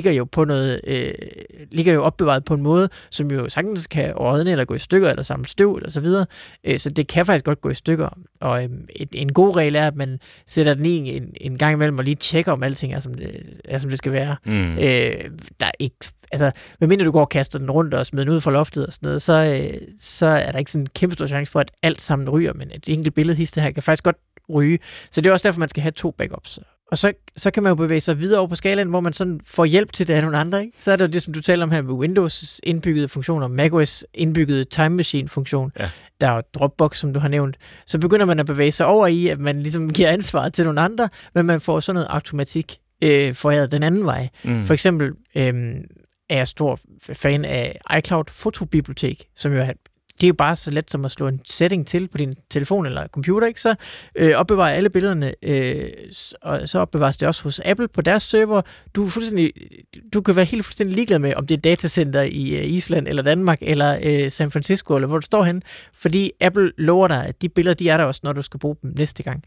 ligger jo opbevaret på en måde, som jo sagtens kan rådne eller gå i stykker eller samle støv eller så videre. Så det kan faktisk godt gå i stykker. Og en god regel er, at man sætter den i en gang imellem og lige tjekker, om alting er, som det skal være. Der er ikke, altså, medmindre du går og kaster den rundt og smider den ud fra loftet og sådan noget, så er der ikke sådan en kæmpe stor chance for, at alt sammen ryger, men et enkelt billedhiste her kan faktisk godt ryge. Så det er også derfor, man skal have 2 backups. Og så kan man jo bevæge sig videre over på skalaen, hvor man sådan får hjælp til det af nogle andre, ikke? Så er der det, som du taler om her med Windows indbyggede funktioner, macOS indbyggede Time Machine funktion, der er Dropbox, som du har nævnt. Så begynder man at bevæge sig over i, at man ligesom giver ansvaret til nogle andre, men man får sådan noget automatik foræret den anden vej. For eksempel er jeg stor fan af iCloud fotobibliotek, som jo det er jo bare så let som at slå en setting til på din telefon eller computer, ikke? Så opbevarer alle billederne, og så opbevares det også hos Apple på deres server. Du kan være helt fuldstændig ligeglad med, om det er et datacenter i Island eller Danmark eller San Francisco, eller hvor du står hen, fordi Apple lover dig, at de billeder, de er der også, når du skal bruge dem næste gang.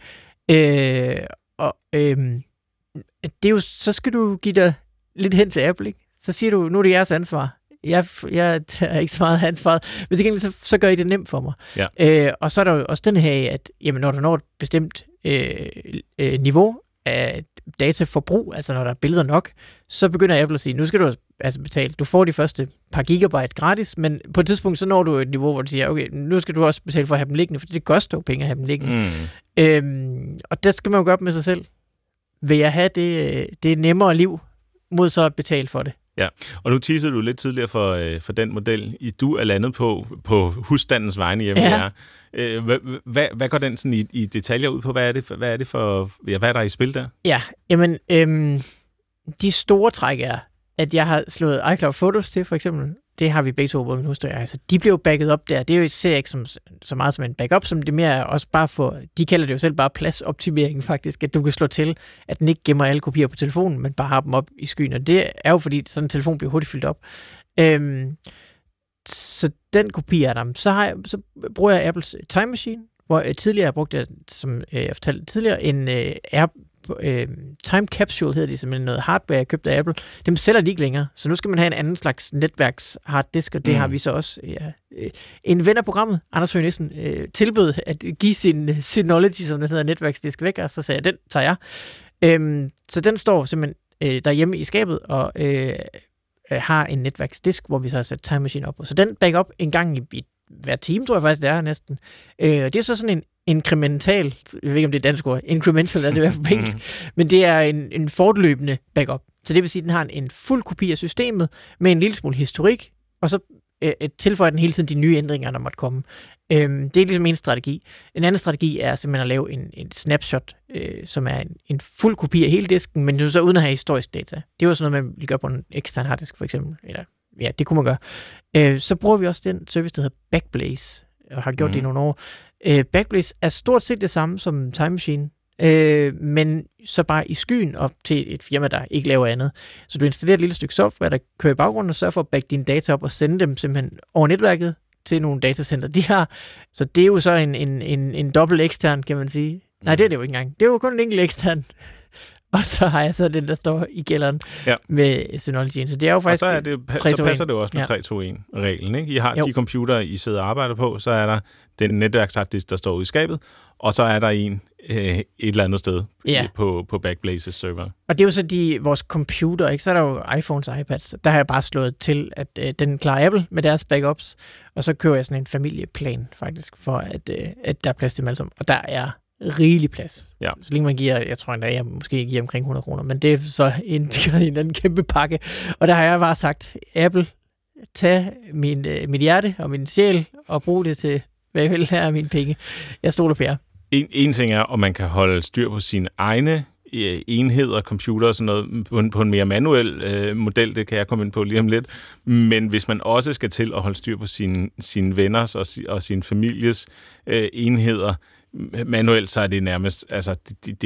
Det er jo, så skal du give dig lidt hen til Apple, ikke? Så siger du, nu er det jeres ansvar. Jeg er ikke så meget ansvaret, men til gengæld så gør I det nemt for mig. Ja. Og så er der jo også den her, at jamen, når du når et bestemt niveau af dataforbrug, altså når der er billeder nok, så begynder Apple at sige, nu skal du altså betale. Du får de første par gigabyte gratis, men på et tidspunkt så når du et niveau, hvor du siger, okay, nu skal du også betale for at have dem liggende, for det koster jo penge at have dem liggende. Og det skal man jo gøre op med sig selv. Vil jeg have det nemmere liv, mod så at betale for det? Ja, og nu teasede du lidt tidligere for den model, du er landet på husstandens vegne hjemme. Ja. Hvad går den sådan i detaljer ud på? Hvad er det for, hvad er der i spil der? Ja, jamen, de store træk er, at jeg har slået iCloud Photos til, for eksempel, det har vi begge to, både min hustru og jeg. Altså, de blev backet op der. Det er jo ser ikke som, så meget som en backup, som det mere er også bare for, de kalder det jo selv bare pladsoptimering faktisk, at du kan slå til, at den ikke gemmer alle kopier på telefonen, men bare har dem op i skyen. Og det er jo fordi, sådan en telefon bliver hurtigt fyldt op. Så den kopi er der. Så bruger jeg Apples Time Machine, hvor tidligere jeg brugte, som jeg fortalte tidligere, en Time Capsule hedder det, simpelthen noget hardware, jeg købte af Apple. Dem sælger de ikke længere, så nu skal man have en anden slags netværks harddisk, og det har vi så også. Ja. En ven af programmet, Anders Høgh Nissen, tilbød at give sin Synology, som den hedder, netværksdisk væk, og så sagde jeg, den tager jeg. Så den står simpelthen derhjemme i skabet, og har en netværksdisk, hvor vi så har sat Time Machine op. Så den backup en gang i hver time, tror jeg faktisk, det er næsten. Det er så sådan en inkremental, jeg ved ikke, om det er dansk ord, incremental er det i hvert fald på engelsk, men det er en fortløbende backup. Så det vil sige, at den har en fuld kopi af systemet med en lille smule historik, og så tilføjer den hele tiden de nye ændringer, der måtte komme. Det er ligesom en strategi. En anden strategi er simpelthen at lave en snapshot, som er en fuld kopi af hele disken, men så uden at have historisk data. Det er jo sådan noget, man gør på en ekstern harddisk, for eksempel. Eller, ja, det kunne man gøre. Så bruger vi også den service, der hedder Backblaze, og har gjort det i nogle år. Backblaze er stort set det samme som Time Machine, men så bare i skyen op til et firma, der ikke laver andet. Så du installerer et lille stykke software, der kører i baggrunden og sørger for at backe dine data op og sende dem simpelthen over netværket til nogle datacenter, de har. Så det er jo så en dobbelt ekstern, kan man sige. Nej, det er det jo ikke engang. Det er jo kun en enkelt ekstern. Og så har jeg så den, der står i kælderen med Synology. Så det er jo faktisk så passer det jo også med 3-2-1-reglen. Ikke? I har de computer, I sidder og arbejder på, så er der den netværksharddisk, der står ude i skabet, og så er der en et eller andet sted på Backblaze's server. Og det er jo så vores computer, ikke? Så er der jo iPhones og iPads. Der har jeg bare slået til, at den klarer Apple med deres backups, og så kører jeg sådan en familieplan faktisk, for at der er plads til dem alle sammen. Og der er rigelig plads. Ja. Så længe man giver, jeg tror endda, jeg måske giver omkring 100 kroner, men det er så en anden kæmpe pakke. Og der har jeg bare sagt, Apple, tag mit hjerte og min sjæl og brug det til, hvad jeg vil have af mine penge. Jeg stoler på jer. En ting er, om man kan holde styr på sine egne enheder, computer og sådan noget på en mere manuel model, det kan jeg komme ind på lige om lidt. Men hvis man også skal til at holde styr på sine venners og sin families enheder manuelt, så er det nærmest, altså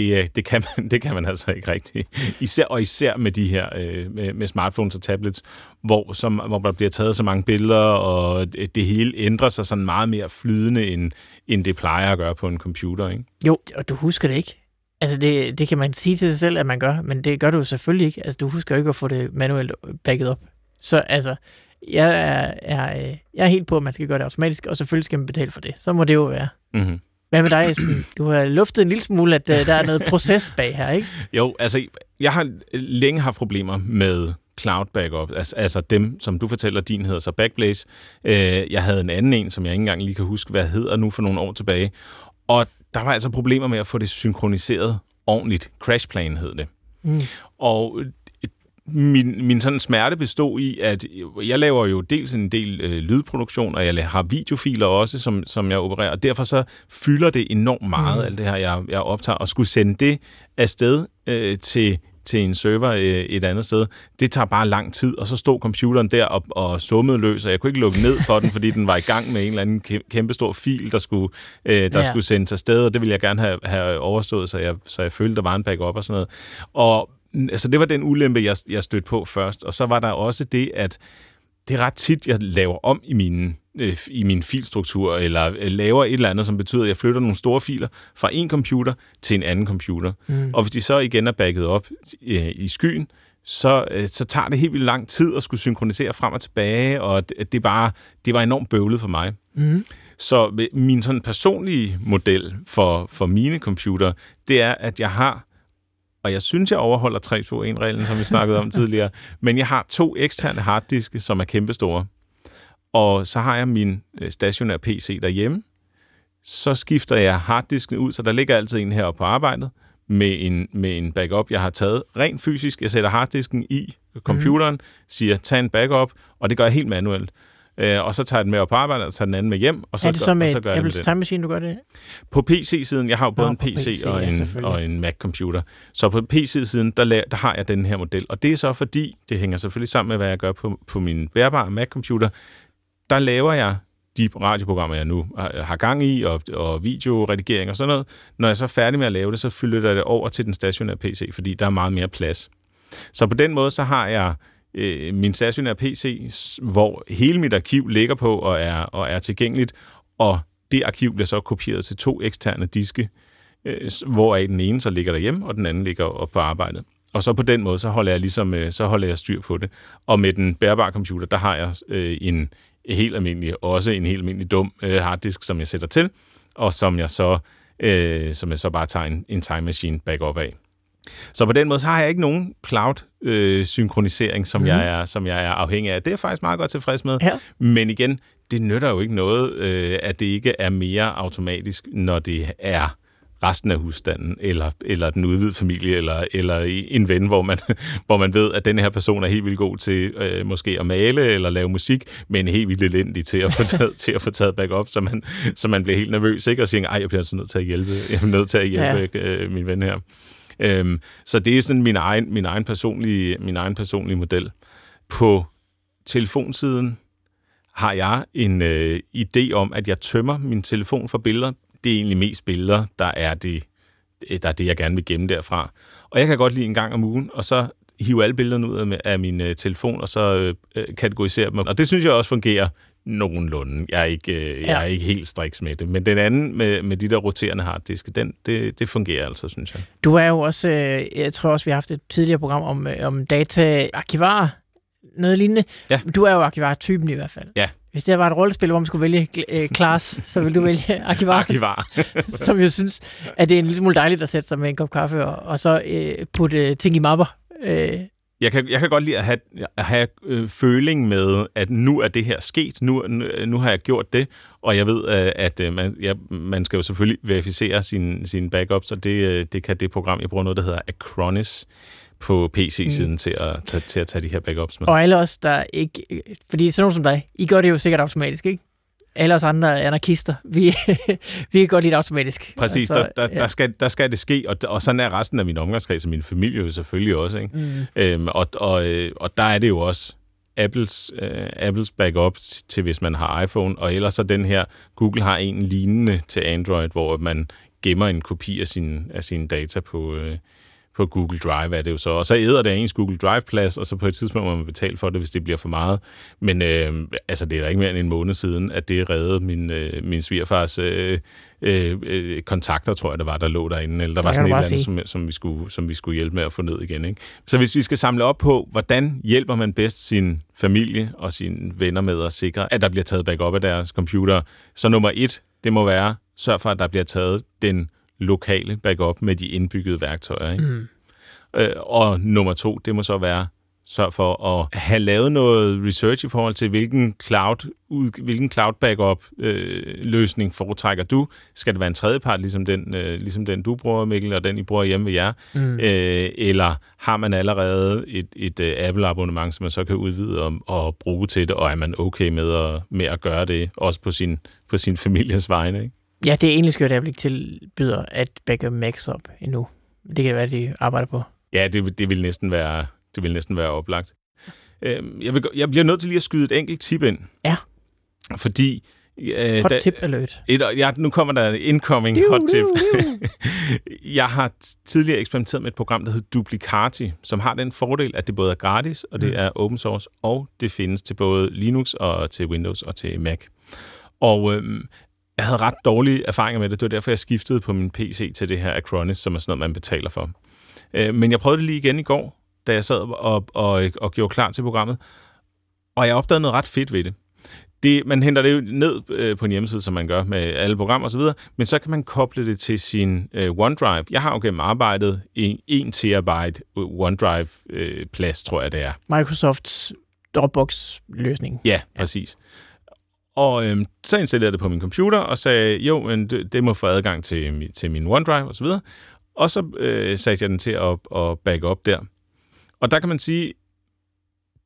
det kan man altså ikke rigtigt. Især med de her med smartphones og tablets, hvor der bliver taget så mange billeder, og det hele ændrer sig sådan meget mere flydende, end det plejer at gøre på en computer, ikke? Jo, og du husker det ikke. Altså det kan man sige til sig selv, at man gør, men det gør du jo selvfølgelig ikke. Altså du husker jo ikke at få det manuelt backet op. Så altså, jeg er helt på, at man skal gøre det automatisk, og selvfølgelig skal man betale for det. Så må det jo være. Mm-hmm. Hvad med dig, Esben? Du har luftet en lille smule, at der er noget proces bag her, ikke? Jo, altså, jeg har længe haft problemer med cloud backup. Altså dem, som du fortæller, din hedder så Backblaze. Jeg havde en anden en, som jeg ikke engang lige kan huske, hvad hedder nu for nogle år tilbage. Og der var altså problemer med at få det synkroniseret ordentligt. Crashplan hed det. Mm. Og min sådan smerte bestod i, at jeg laver jo dels en del lydproduktion, og jeg har videofiler også, som jeg opererer, og derfor så fylder det enormt meget, alt det her, jeg optager, og skulle sende det afsted til en server et andet sted. Det tager bare lang tid, og så stod computeren der og summede løs, og jeg kunne ikke lukke ned for den, fordi den var i gang med en eller anden kæmpestor fil, der skulle sendes afsted, og det ville jeg gerne have overstået, så jeg følte, der var en backup og sådan noget. Og altså, det var den ulempe, jeg stødte på først. Og så var der også det, at det er ret tit, jeg laver om i min filstruktur, eller laver et eller andet, som betyder, at jeg flytter nogle store filer fra en computer til en anden computer. Mm. Og hvis de så igen er backet op i skyen, så tager det helt vildt lang tid at skulle synkronisere frem og tilbage, og det var enormt bøvlet for mig. Mm. Så min sådan personlige model for mine computer, det er, at jeg har, og jeg synes, jeg overholder 3-2-1-reglen, som vi snakkede om tidligere, men jeg har 2 eksterne harddiske, som er kæmpestore. Og så har jeg min stationære PC derhjemme. Så skifter jeg harddisken ud, så der ligger altid en heroppe på arbejdet med en backup, jeg har taget rent fysisk. Jeg sætter harddisken i computeren, siger, tag en backup, og det gør jeg helt manuelt. og så tager jeg den med op på arbejde, og tager den anden med hjem. Og så er det så med Apple's Time Machine, du gør det? På PC-siden, jeg har jo både en PC og en Mac-computer, så på PC-siden, der har jeg den her model. Og det er så fordi, det hænger selvfølgelig sammen med, hvad jeg gør på min bærbare Mac-computer, der laver jeg de radioprogrammer, jeg nu har gang i, og videoredigering og sådan noget. Når jeg så er færdig med at lave det, så fylder jeg det over til den stationære PC, fordi der er meget mere plads. Så på den måde, så har jeg min stationære PC, hvor hele mit arkiv ligger på og er tilgængeligt, og det arkiv bliver så kopieret til 2 eksterne diske, hvoraf den ene så ligger derhjemme, og den anden ligger oppe på arbejdet. Og så på den måde, så holder jeg styr på det. Og med den bærbare computer, der har jeg en helt almindelig dum harddisk, som jeg sætter til, og som jeg så bare tager en Time Machine backup af. Så på den måde, så har jeg ikke nogen cloud-synkronisering, som jeg er afhængig af. Det er jeg faktisk meget godt tilfreds med. Ja. Men igen, det nytter jo ikke noget, at det ikke er mere automatisk, når det er resten af husstanden, eller den udvidede familie, eller en ven, hvor man ved, at den her person er helt vildt god til måske at male eller lave musik, men helt vildt elendig til at få taget backup, så man bliver helt nervøs, ikke? Og siger, ej, jeg bliver altså nødt til at hjælpe min ven her. Så det er sådan min egen personlige model. På telefonsiden har jeg en idé om, at jeg tømmer min telefon for billeder. Det er egentlig mest billeder, der er det, jeg gerne vil gemme derfra. Og jeg kan godt lide en gang om ugen, og så hive alle billederne ud af min telefon, og så kategorisere dem. Og det synes jeg også fungerer nogenlunde. Jeg er ikke helt striks med det. Men den anden med de der roterende harddiske, det fungerer altså, synes jeg. Du er jo også, jeg tror også, vi har haft et tidligere program om dataarkivar, noget lignende. Ja. Du er jo arkivar-typen i hvert fald. Ja. Hvis det var et rollespil, hvor man skulle vælge klasse, så vil du vælge arkivar. Som jo synes, at det er en lille smule dejligt at sætte sig med en kop kaffe, og så putte ting i mapper. Jeg kan godt lide at have føling med, at nu er det her sket, nu har jeg gjort det, og jeg ved, at man skal jo selvfølgelig verificere sine backups, og det kan det program, jeg bruger noget, der hedder Acronis, på PC-siden til at tage de her backups med. Og alle os, der ikke... Fordi sådan nogen som dig, I gør det jo sikkert automatisk, ikke? Alle os andre anarkister, vi kan godt lide det automatisk. Præcis, altså, der skal det ske, og sådan er resten af min omgangskreds og min familie jo selvfølgelig også, ikke? Og der er det jo også Apples backups til, hvis man har iPhone, og ellers så den her, Google har en lignende til Android, hvor man gemmer en kopi af sine data på Google Drive er det jo så. Og så æder det ens Google Drive-plads, og så på et tidspunkt må man betale for det, hvis det bliver for meget. Men altså, det er da ikke mere end en måned siden, at det reddede min svigerfars kontakter, tror jeg, der lå derinde. Eller der var sådan et eller andet, som vi skulle hjælpe med at få ned igen. Ikke? Så hvis vi skal samle op på, hvordan hjælper man bedst sin familie og sine venner med at sikre, at der bliver taget backup af deres computer, så nummer 1, det må være, sørg for, at der bliver taget den lokale backup med de indbyggede værktøjer. Ikke? Og nummer 2, det må så være, sørg for at have lavet noget research i forhold til, hvilken cloud backup løsning foretrækker du. Skal det være en tredjepart, ligesom den du bruger, Mikkel, og den I bruger hjemme ved jer? Eller har man allerede et Apple-abonnement, som man så kan udvide og bruge til det, og er man okay med at gøre det, også på sin families vegne, ikke? Ja, det er egentlig skørt, at Apple ikke tilbyder at backup Macs op endnu. Det kan være, at de arbejder på. Ja, det vil næsten være oplagt. Jeg bliver nødt til lige at skyde et enkelt tip ind. Ja. Fordi... hot tip alert. Nu kommer der en incoming hot tip. Jeg har tidligere eksperimenteret med et program, der hedder Duplicati, som har den fordel, at det både er gratis, og det er open source, og det findes til både Linux og til Windows og til Mac. Og... jeg havde ret dårlige erfaringer med det. Det var derfor, jeg skiftede på min PC til det her Acronis, som er sådan noget, man betaler for. Men jeg prøvede det lige igen i går, da jeg sad og gjorde klar til programmet. Og jeg opdagede noget ret fedt ved det. Man henter det jo ned på en hjemmeside, som man gør med alle programmer osv., men så kan man koble det til sin OneDrive. Jeg har jo gennem arbejdet 1 terabyte OneDrive-plads, tror jeg det er. Microsofts Dropbox-løsning. Ja, præcis. Og så installerede jeg det på min computer og sagde, jo, det må få adgang til min OneDrive osv. Og så satte jeg den til at backe op der. Og der kan man sige,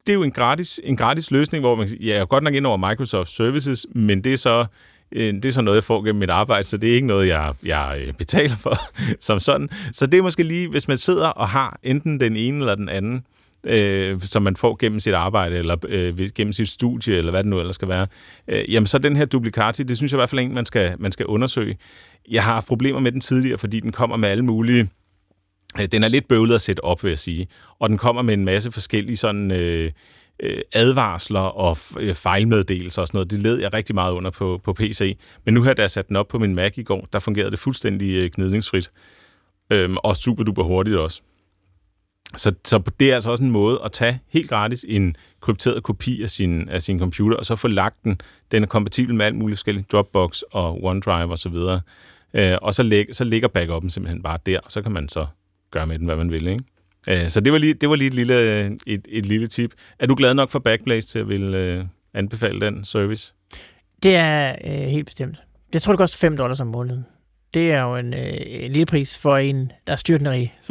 det er jo en gratis løsning, hvor man jeg er godt nok ind over Microsoft Services, men det er så noget, jeg får gennem mit arbejde, så det er ikke noget, jeg betaler for som sådan. Så det er måske lige, hvis man sidder og har enten den ene eller den anden, som man får gennem sit arbejde, eller gennem sit studie, eller hvad det nu ellers skal være, jamen så den her Duplicati, det synes jeg i hvert fald er en, man skal undersøge. Jeg har haft problemer med den tidligere, fordi den kommer med alle mulige. Den er lidt bøvlet at sætte op, vil jeg sige. Og den kommer med en masse forskellige sådan advarsler og fejlmeddelelser og sådan noget. Det led jeg rigtig meget under på PC. Men nu her, da jeg satte den op på min Mac i går, der fungerede det fuldstændig gnidningsfrit. Og super duper hurtigt også. Så det er altså også en måde at tage helt gratis en krypteret kopi af sin computer, og så få lagt den. Den er kompatibel med alt muligt forskelligt, Dropbox og OneDrive og så videre. Og så ligger backuppen simpelthen bare der, og så kan man så gøre med den, hvad man vil, ikke? Så det var lige et lille tip. Er du glad nok for Backblaze til at ville anbefale den service? Det er helt bestemt. Jeg tror, det koster $5 om måneden. Det er jo en lille pris for en, der er styrtende rig. Det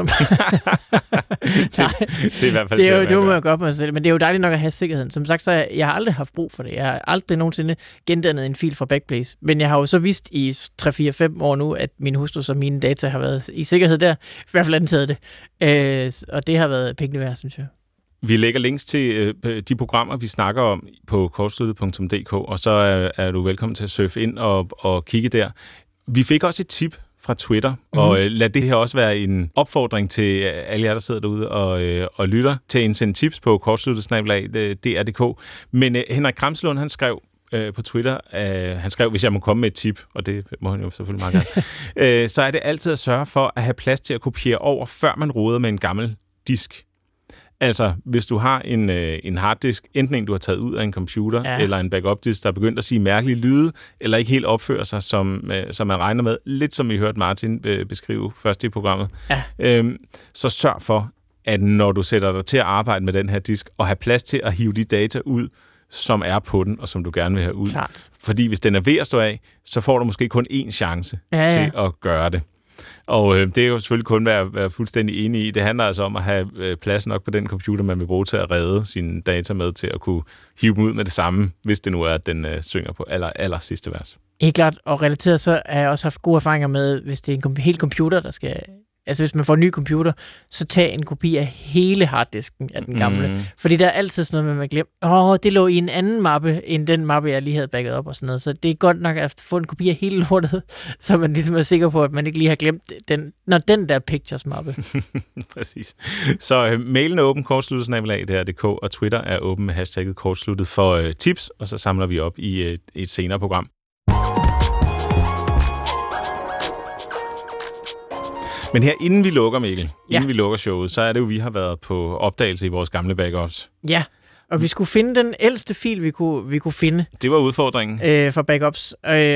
er i hvert fald det må man gøre på mig selv, men det er jo dejligt nok at have sikkerheden. Som sagt, så jeg har aldrig haft brug for det. Jeg har aldrig nogensinde gendannet en fil fra Backblaze, men jeg har jo så vidst i 3-4-5 år nu, at min hustru og mine data har været i sikkerhed der. I hvert fald antaget det. Og det har været pengene værd, synes jeg. Vi lægger links til de programmer, vi snakker om på kortsluttet.dk, og så er du velkommen til at surfe ind og kigge der. Vi fik også et tip fra Twitter, og lad det her også være en opfordring til alle jer, der sidder derude og lytter, til at indsende tips på kortsluttet@dr.dk. Men Henrik Kramslund, han skrev på Twitter, han skrev, hvis jeg må komme med et tip, og det må han jo selvfølgelig meget gerne, så er det altid at sørge for at have plads til at kopiere over, før man roder med en gammel disk. Altså, hvis du har en harddisk, enten en, du har taget ud af en computer, eller en backup-disk, der er begyndt at sige mærkelige lyde, eller ikke helt opfører sig, som man regner med, lidt som vi hørte Martin beskrive først i programmet, så sørg for, at når du sætter dig til at arbejde med den her disk, og have plads til at hive de data ud, som er på den, og som du gerne vil have ud. Klart. Fordi hvis den er ved at stå af, så får du måske kun én chance til at gøre det. Og det er jo selvfølgelig kun være fuldstændig enig i. Det handler altså om at have plads nok på den computer, man vil bruge til at redde sine data med, til at kunne hive dem ud med det samme, hvis det nu er, at den synger på aller sidste vers. Helt klart, og relateret så har jeg også haft gode erfaringer med, hvis det er en hel computer, der skal... Altså hvis man får en ny computer, så tag en kopi af hele harddisken af den gamle. Fordi der er altid sådan noget, man glemmer. Det lå i en anden mappe, end den mappe, jeg lige havde backet op og sådan noget. Så det er godt nok at få en kopi af hele lortet, så man ligesom er sikker på, at man ikke lige har glemt den der pictures-mappe. Præcis. Så mailen er åben, kortsluttet@dr.dk, og Twitter er åben med hashtagget kortsluttet for tips, og så samler vi op i et senere program. Men her, inden vi lukker, Mikkel, inden vi lukker showet, så er det jo, vi har været på opdagelse i vores gamle backups. Ja, og vi skulle finde den ældste fil, vi kunne finde. Det var udfordringen. For backups.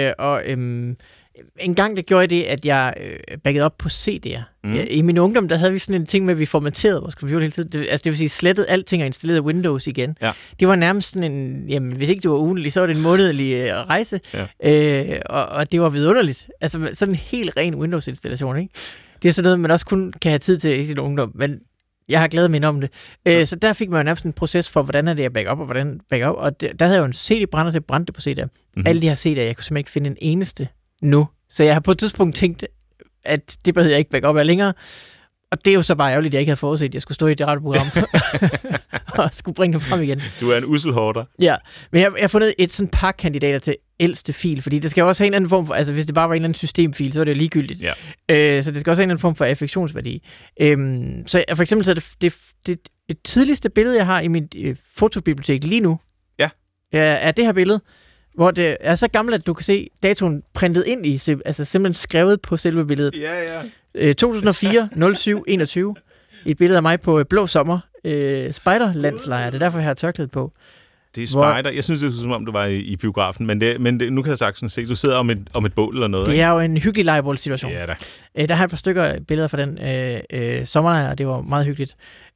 En gang der gjorde jeg det, at jeg backede op på CD'er. I min ungdom, der havde vi sådan en ting med, at vi formaterede vores computer hele tiden. Det vil sige, slettede alting og installerede Windows igen. Ja. Det var nærmest sådan en, jamen hvis ikke det var ugentlig, så var det en månedlig rejse. Ja. Og det var vidunderligt. Altså sådan en helt ren Windows-installation, ikke? Det er sådan noget, man også kun kan have tid til i sin ungdom, men jeg har glædet mig om det. Så der fik man jo nærmest en proces for, hvordan er det at backup, og hvordan backup. Og der havde jeg jo en CD-brænder til at brænde det på CD'er. Alle de her CD'er, jeg kunne simpelthen ikke finde en eneste nu. Så jeg har på et tidspunkt tænkt, at det behøver jeg ikke backup af længere. Og det er jo så bare ærgerligt, at jeg ikke havde forudset, at jeg skulle stå i det rette program og skulle bringe dem frem igen. Du er en usselhårder. Ja, men jeg har fundet et sådan par kandidater til ældste fil, fordi det skal jo også have en anden form for, altså hvis det bare var en eller anden systemfil, så var det jo ligegyldigt. Ja. Så det skal også have en anden form for affektionsværdi. Så for eksempel så er det tidligste billede, jeg har i mit fotobibliotek lige nu, er det her billede, hvor det er så gammelt, at du kan se datoen printet ind i, altså simpelthen skrevet på selve billedet. Ja. 2004, 07, 21. Et billede af mig på blå sommer. Spejderlandslejr. Det er derfor, jeg har tørklæde på. Det er spejder. Jeg synes, det er som om, du var i biografen, men nu kan jeg sagtens se, du sidder om et bål eller noget. Det er jo en hyggelig lejrebålssituation. Ja da. Der har et par stykker billeder fra den sommerlejr, og det var meget hyggeligt.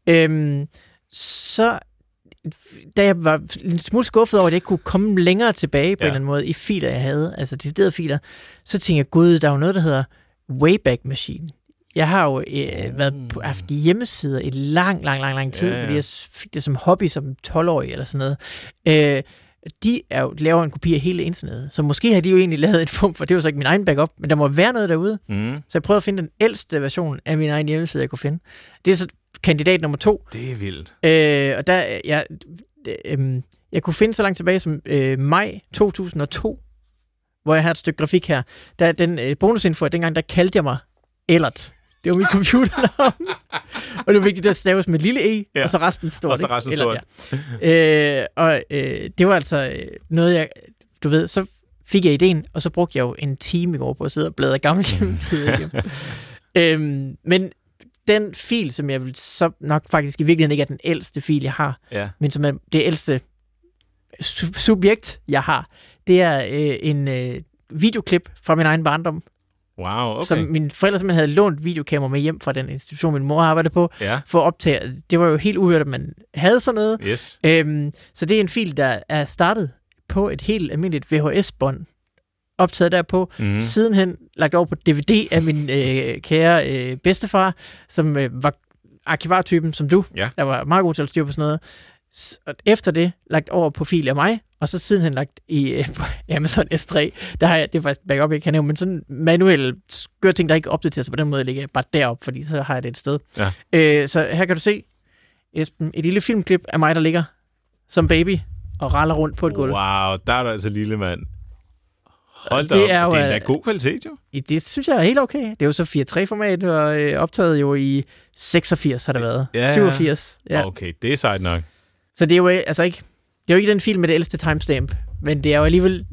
Så da jeg var en smule skuffet over, at jeg ikke kunne komme længere tilbage på en eller anden måde i filer, jeg havde, altså deciderede filer, så tænkte jeg, gud, der er jo noget, der hedder Wayback Machine. Jeg har jo haft hjemmesider i lang tid, fordi jeg fik det som hobby som 12-årig eller sådan noget. De laver en kopi af hele internettet, så måske har de jo egentlig lavet et form for, det var så ikke min egen backup, men der må være noget derude. Så jeg prøvede at finde den ældste version af min egen hjemmeside, jeg kunne finde. Det er så kandidat nummer 2. Det er vildt. Og der, jeg kunne finde så langt tilbage som maj 2002, hvor jeg har et stykke grafik her. Der den bonusinfo, dengang der kaldte jeg mig Ellert. Det var mit computernavn. Og det var vigtigt, at staves med et lille e, og så resten stort. Og så resten stort. Det var altså noget, jeg... Du ved, så fik jeg ideen, og så brugte jeg jo en time i går på at sidde og bladre gamle hjemmesider. Men den fil, som jeg vil så nok faktisk i virkeligheden ikke er den ældste fil, jeg har, men som er det ældste subjekt, jeg har, det er en videoklip fra min egen barndom. Wow, okay. Som mine forældre simpelthen havde lånt videokamera med hjem fra den institution, min mor arbejdede på, for at optage. Det var jo helt uhørt, at man havde sådan noget. Yes. Så det er en fil, der er startet på et helt almindeligt VHS-bånd, optaget derpå, sidenhen lagt over på DVD af min kære bedstefar, som var arkivartypen som du, der var meget god til at styre på sådan noget. Efter det lagt over på fil af mig, og så sidenhen lagt i Amazon S3. Der har jeg, det er faktisk backup, jeg kan nævne, men sådan manuelle skøre ting, der ikke opdateres på den måde, ligger jeg bare derop, fordi så har jeg det et sted. Ja. Så her kan du se, Esben, et lille filmklip af mig, der ligger som baby og raller rundt på et gulv. Wow, der er du altså lille mand. Hold da op. Det er da god kvalitet, jo. Det synes jeg er helt okay. Det er jo så 4:3-format, og optaget jo i 86 har det været. 87. Ja. Okay, det er sejt nok. Så det er jo altså ikke... Det er jo ikke den film med det ældste timestamp, men det er jo alligevel...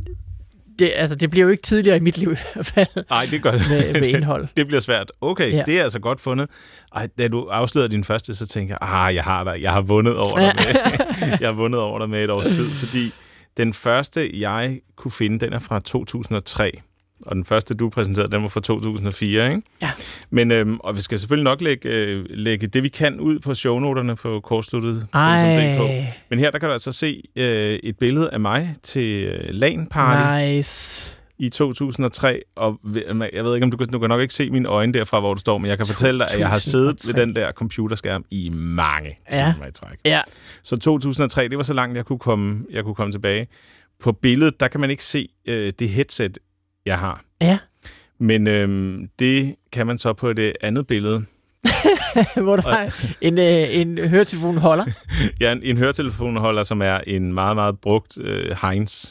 Det bliver jo ikke tidligere i mit liv i hvert fald. Nej, det gør det. Med indhold. Det bliver svært. Okay, det er altså godt fundet. Ej, da du afslørede din første, så tænkte jeg, jeg har vundet over dig med. Jeg har vundet over dig med et års tid, fordi den første, jeg kunne finde, den er fra 2003. Og den første, du præsenterede, den var fra 2004, ikke? Ja. Men, og vi skal selvfølgelig nok lægge det, vi kan ud på shownoterne på kortsluttet.dk. Men her, der kan du altså se et billede af mig til LAN-party. Nice. I 2003, og jeg ved ikke, om du kan nok ikke se mine øjne derfra, hvor du står, men jeg kan fortælle dig, at jeg har siddet ved den der computerskærm i mange timer i træk. Ja. Så 2003, det var så langt, jeg kunne komme tilbage. På billedet, der kan man ikke se det headset, jeg har. Ja. Men det kan man så på det andet billede. Hvor der er en høretelefonholder. Ja, en høretelefonholder, som er en meget, meget brugt Heinz.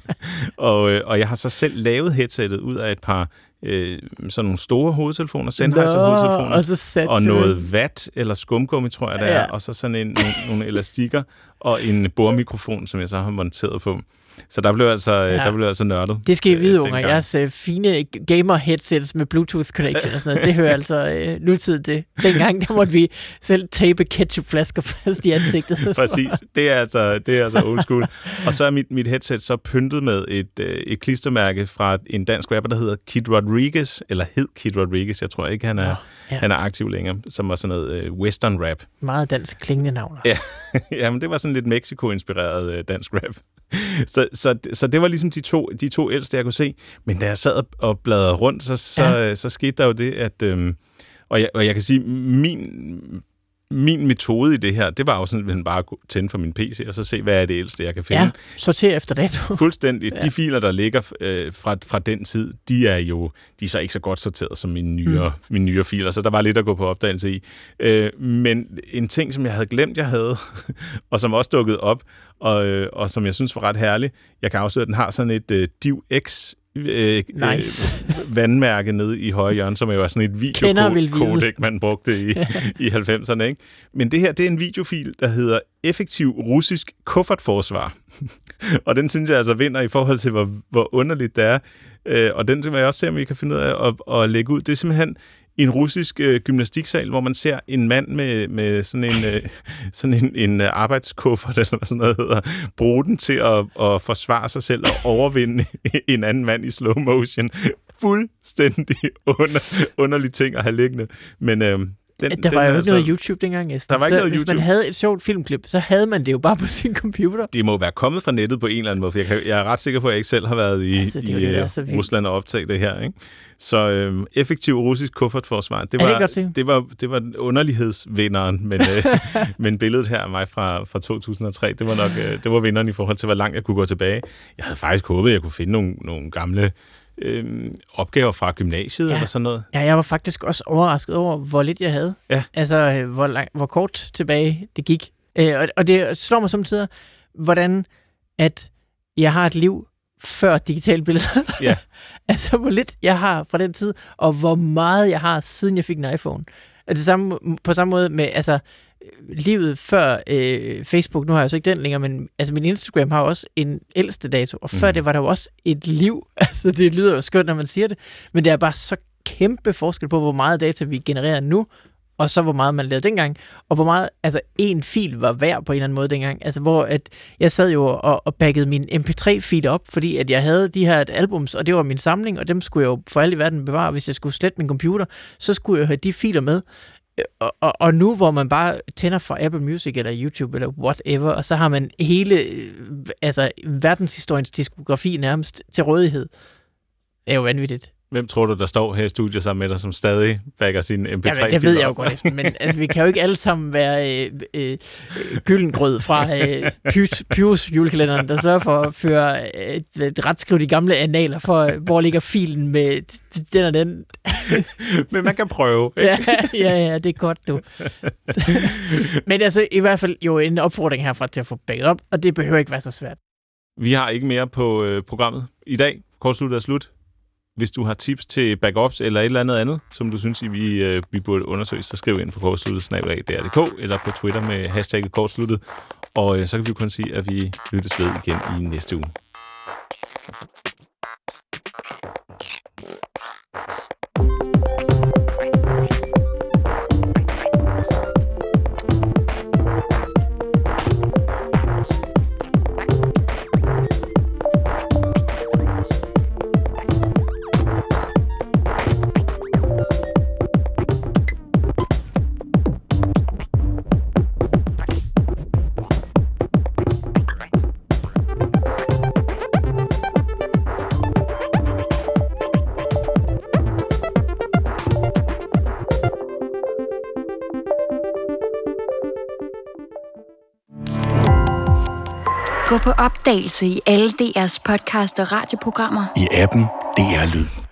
og jeg har så selv lavet headsettet ud af et par sådan nogle store hovedtelefoner, Sennheiser-hovedtelefoner, og noget vat eller skumgummi, tror jeg, der er, og så sådan nogle elastikker og en bordmikrofon, som jeg så har monteret på. Så der blev altså nørdet. Det skal I vide, unger. Jeres fine gamer-headsets med Bluetooth-connection og sådan noget, det hører altså nutid det. Dengang, der måtte vi selv tape ketchupflasker fast i ansigtet. Præcis. Det er altså old school. Og så er mit headset så pyntet med et klistermærke fra en dansk rapper, der hedder Kid Rodriguez, eller hed Kid Rodriguez. Jeg tror ikke, han er aktiv længere, som var sådan noget western rap. Meget dansk klingende navn. Ja, men det var sådan lidt Mexico-inspireret dansk rap. Så det var ligesom de to ældste, jeg kunne se. Men da jeg sad og bladrede rundt, så skete der jo det, at... Og jeg kan sige, min metode i det her, det var jo sådan, at bare tænde for min PC, og så se, hvad er det ældste, jeg kan finde. Ja, sorter efter dato. Fuldstændig. Ja. De filer, der ligger fra den tid, de er så ikke så godt sorteret som mine nyere filer, så der var lidt at gå på opdagelse i. Men en ting, som jeg havde glemt, jeg havde, og som også dukkede op, og som jeg synes var ret herlig, jeg kan afsløre, at den har sådan et DivX nice. Vandmærke nede i højre hjørne, som jo er sådan et videokodek, man brugte i 90'erne. Ikke? Men det her, det er en videofil, der hedder Effektiv russisk kuffertforsvar. Og den synes jeg altså vinder i forhold til, hvor underligt det er. Og den vil jeg også se, om vi kan finde ud af at lægge ud. Det er simpelthen en russisk gymnastiksal, hvor man ser en mand med sådan en arbejdskuffert, eller sådan noget hedder, bruge den til at forsvare sig selv og overvinde en anden mand i slow motion. Fuldstændig underlige ting at have liggende. Men Der var jo ikke noget YouTube dengang. Der var ikke noget Hvis YouTube. man havde et sjovt filmklip, så havde man det jo bare på sin computer. Det må være kommet fra nettet på en eller anden måde, for jeg er ret sikker på, at jeg ikke selv har været i Rusland og optaget det her. Ikke? Så effektiv russisk kuffertforsvar, det var underlighedsvinderen, men billedet her af mig fra 2003, det var vinderen i forhold til, hvor langt jeg kunne gå tilbage. Jeg havde faktisk håbet, at jeg kunne finde nogle gamle opgaver fra gymnasiet eller sådan noget. Ja, jeg var faktisk også overrasket over, hvor lidt jeg havde. Ja. Altså, hvor kort tilbage det gik. Og det slår mig samtidig, hvordan at jeg har et liv før digitale billeder. Ja. Altså, hvor lidt jeg har fra den tid, og hvor meget jeg har, siden jeg fik en iPhone. Og det samme, på samme måde med, altså, livet før Facebook, nu har jeg jo så ikke den længere, men altså min Instagram har også en ældste dato, og før det var der jo også et liv. Altså det lyder jo skønt, når man siger det, men det er bare så kæmpe forskel på, hvor meget data vi genererer nu, og så hvor meget man lavede dengang, og hvor meget, altså en fil var værd på en eller anden måde dengang, altså hvor at jeg sad jo og baggede min MP3-feed op, fordi at jeg havde de her albums, og det var min samling, og dem skulle jeg jo for alt i verden bevare. Hvis jeg skulle slette min computer, så skulle jeg have de filer med. Og nu, hvor man bare tænder for Apple Music eller YouTube eller whatever, og så har man hele verdenshistoriens diskografi nærmest til rådighed. Det er jo vanvittigt. Hvem tror du, der står her i studiet sammen med dig, som stadig bagger sin MP3-film? Ja, det ved jeg jo godt, men altså, vi kan jo ikke alle sammen være Gyllengrød fra Pyrus julekalenderen, der sørger for at retskrive de gamle analer for, hvor ligger filen med den og den. Men man kan prøve, ikke? Ja, det er godt, du. Men altså, i hvert fald jo en opfordring herfra til at få bagget op, og det behøver ikke være så svært. Vi har ikke mere på programmet i dag. Kortsluttet er slut. Hvis du har tips til backups eller et eller andet, som du synes, vi burde undersøge, så skriv ind på kortsluttet@dr.dk eller på Twitter med hashtagget kortsluttet. Og så kan vi kun sige, at vi lyttes ved igen i næste uge. Gå på opdagelse i alle DR's podcast og radioprogrammer. I appen DR Lyd.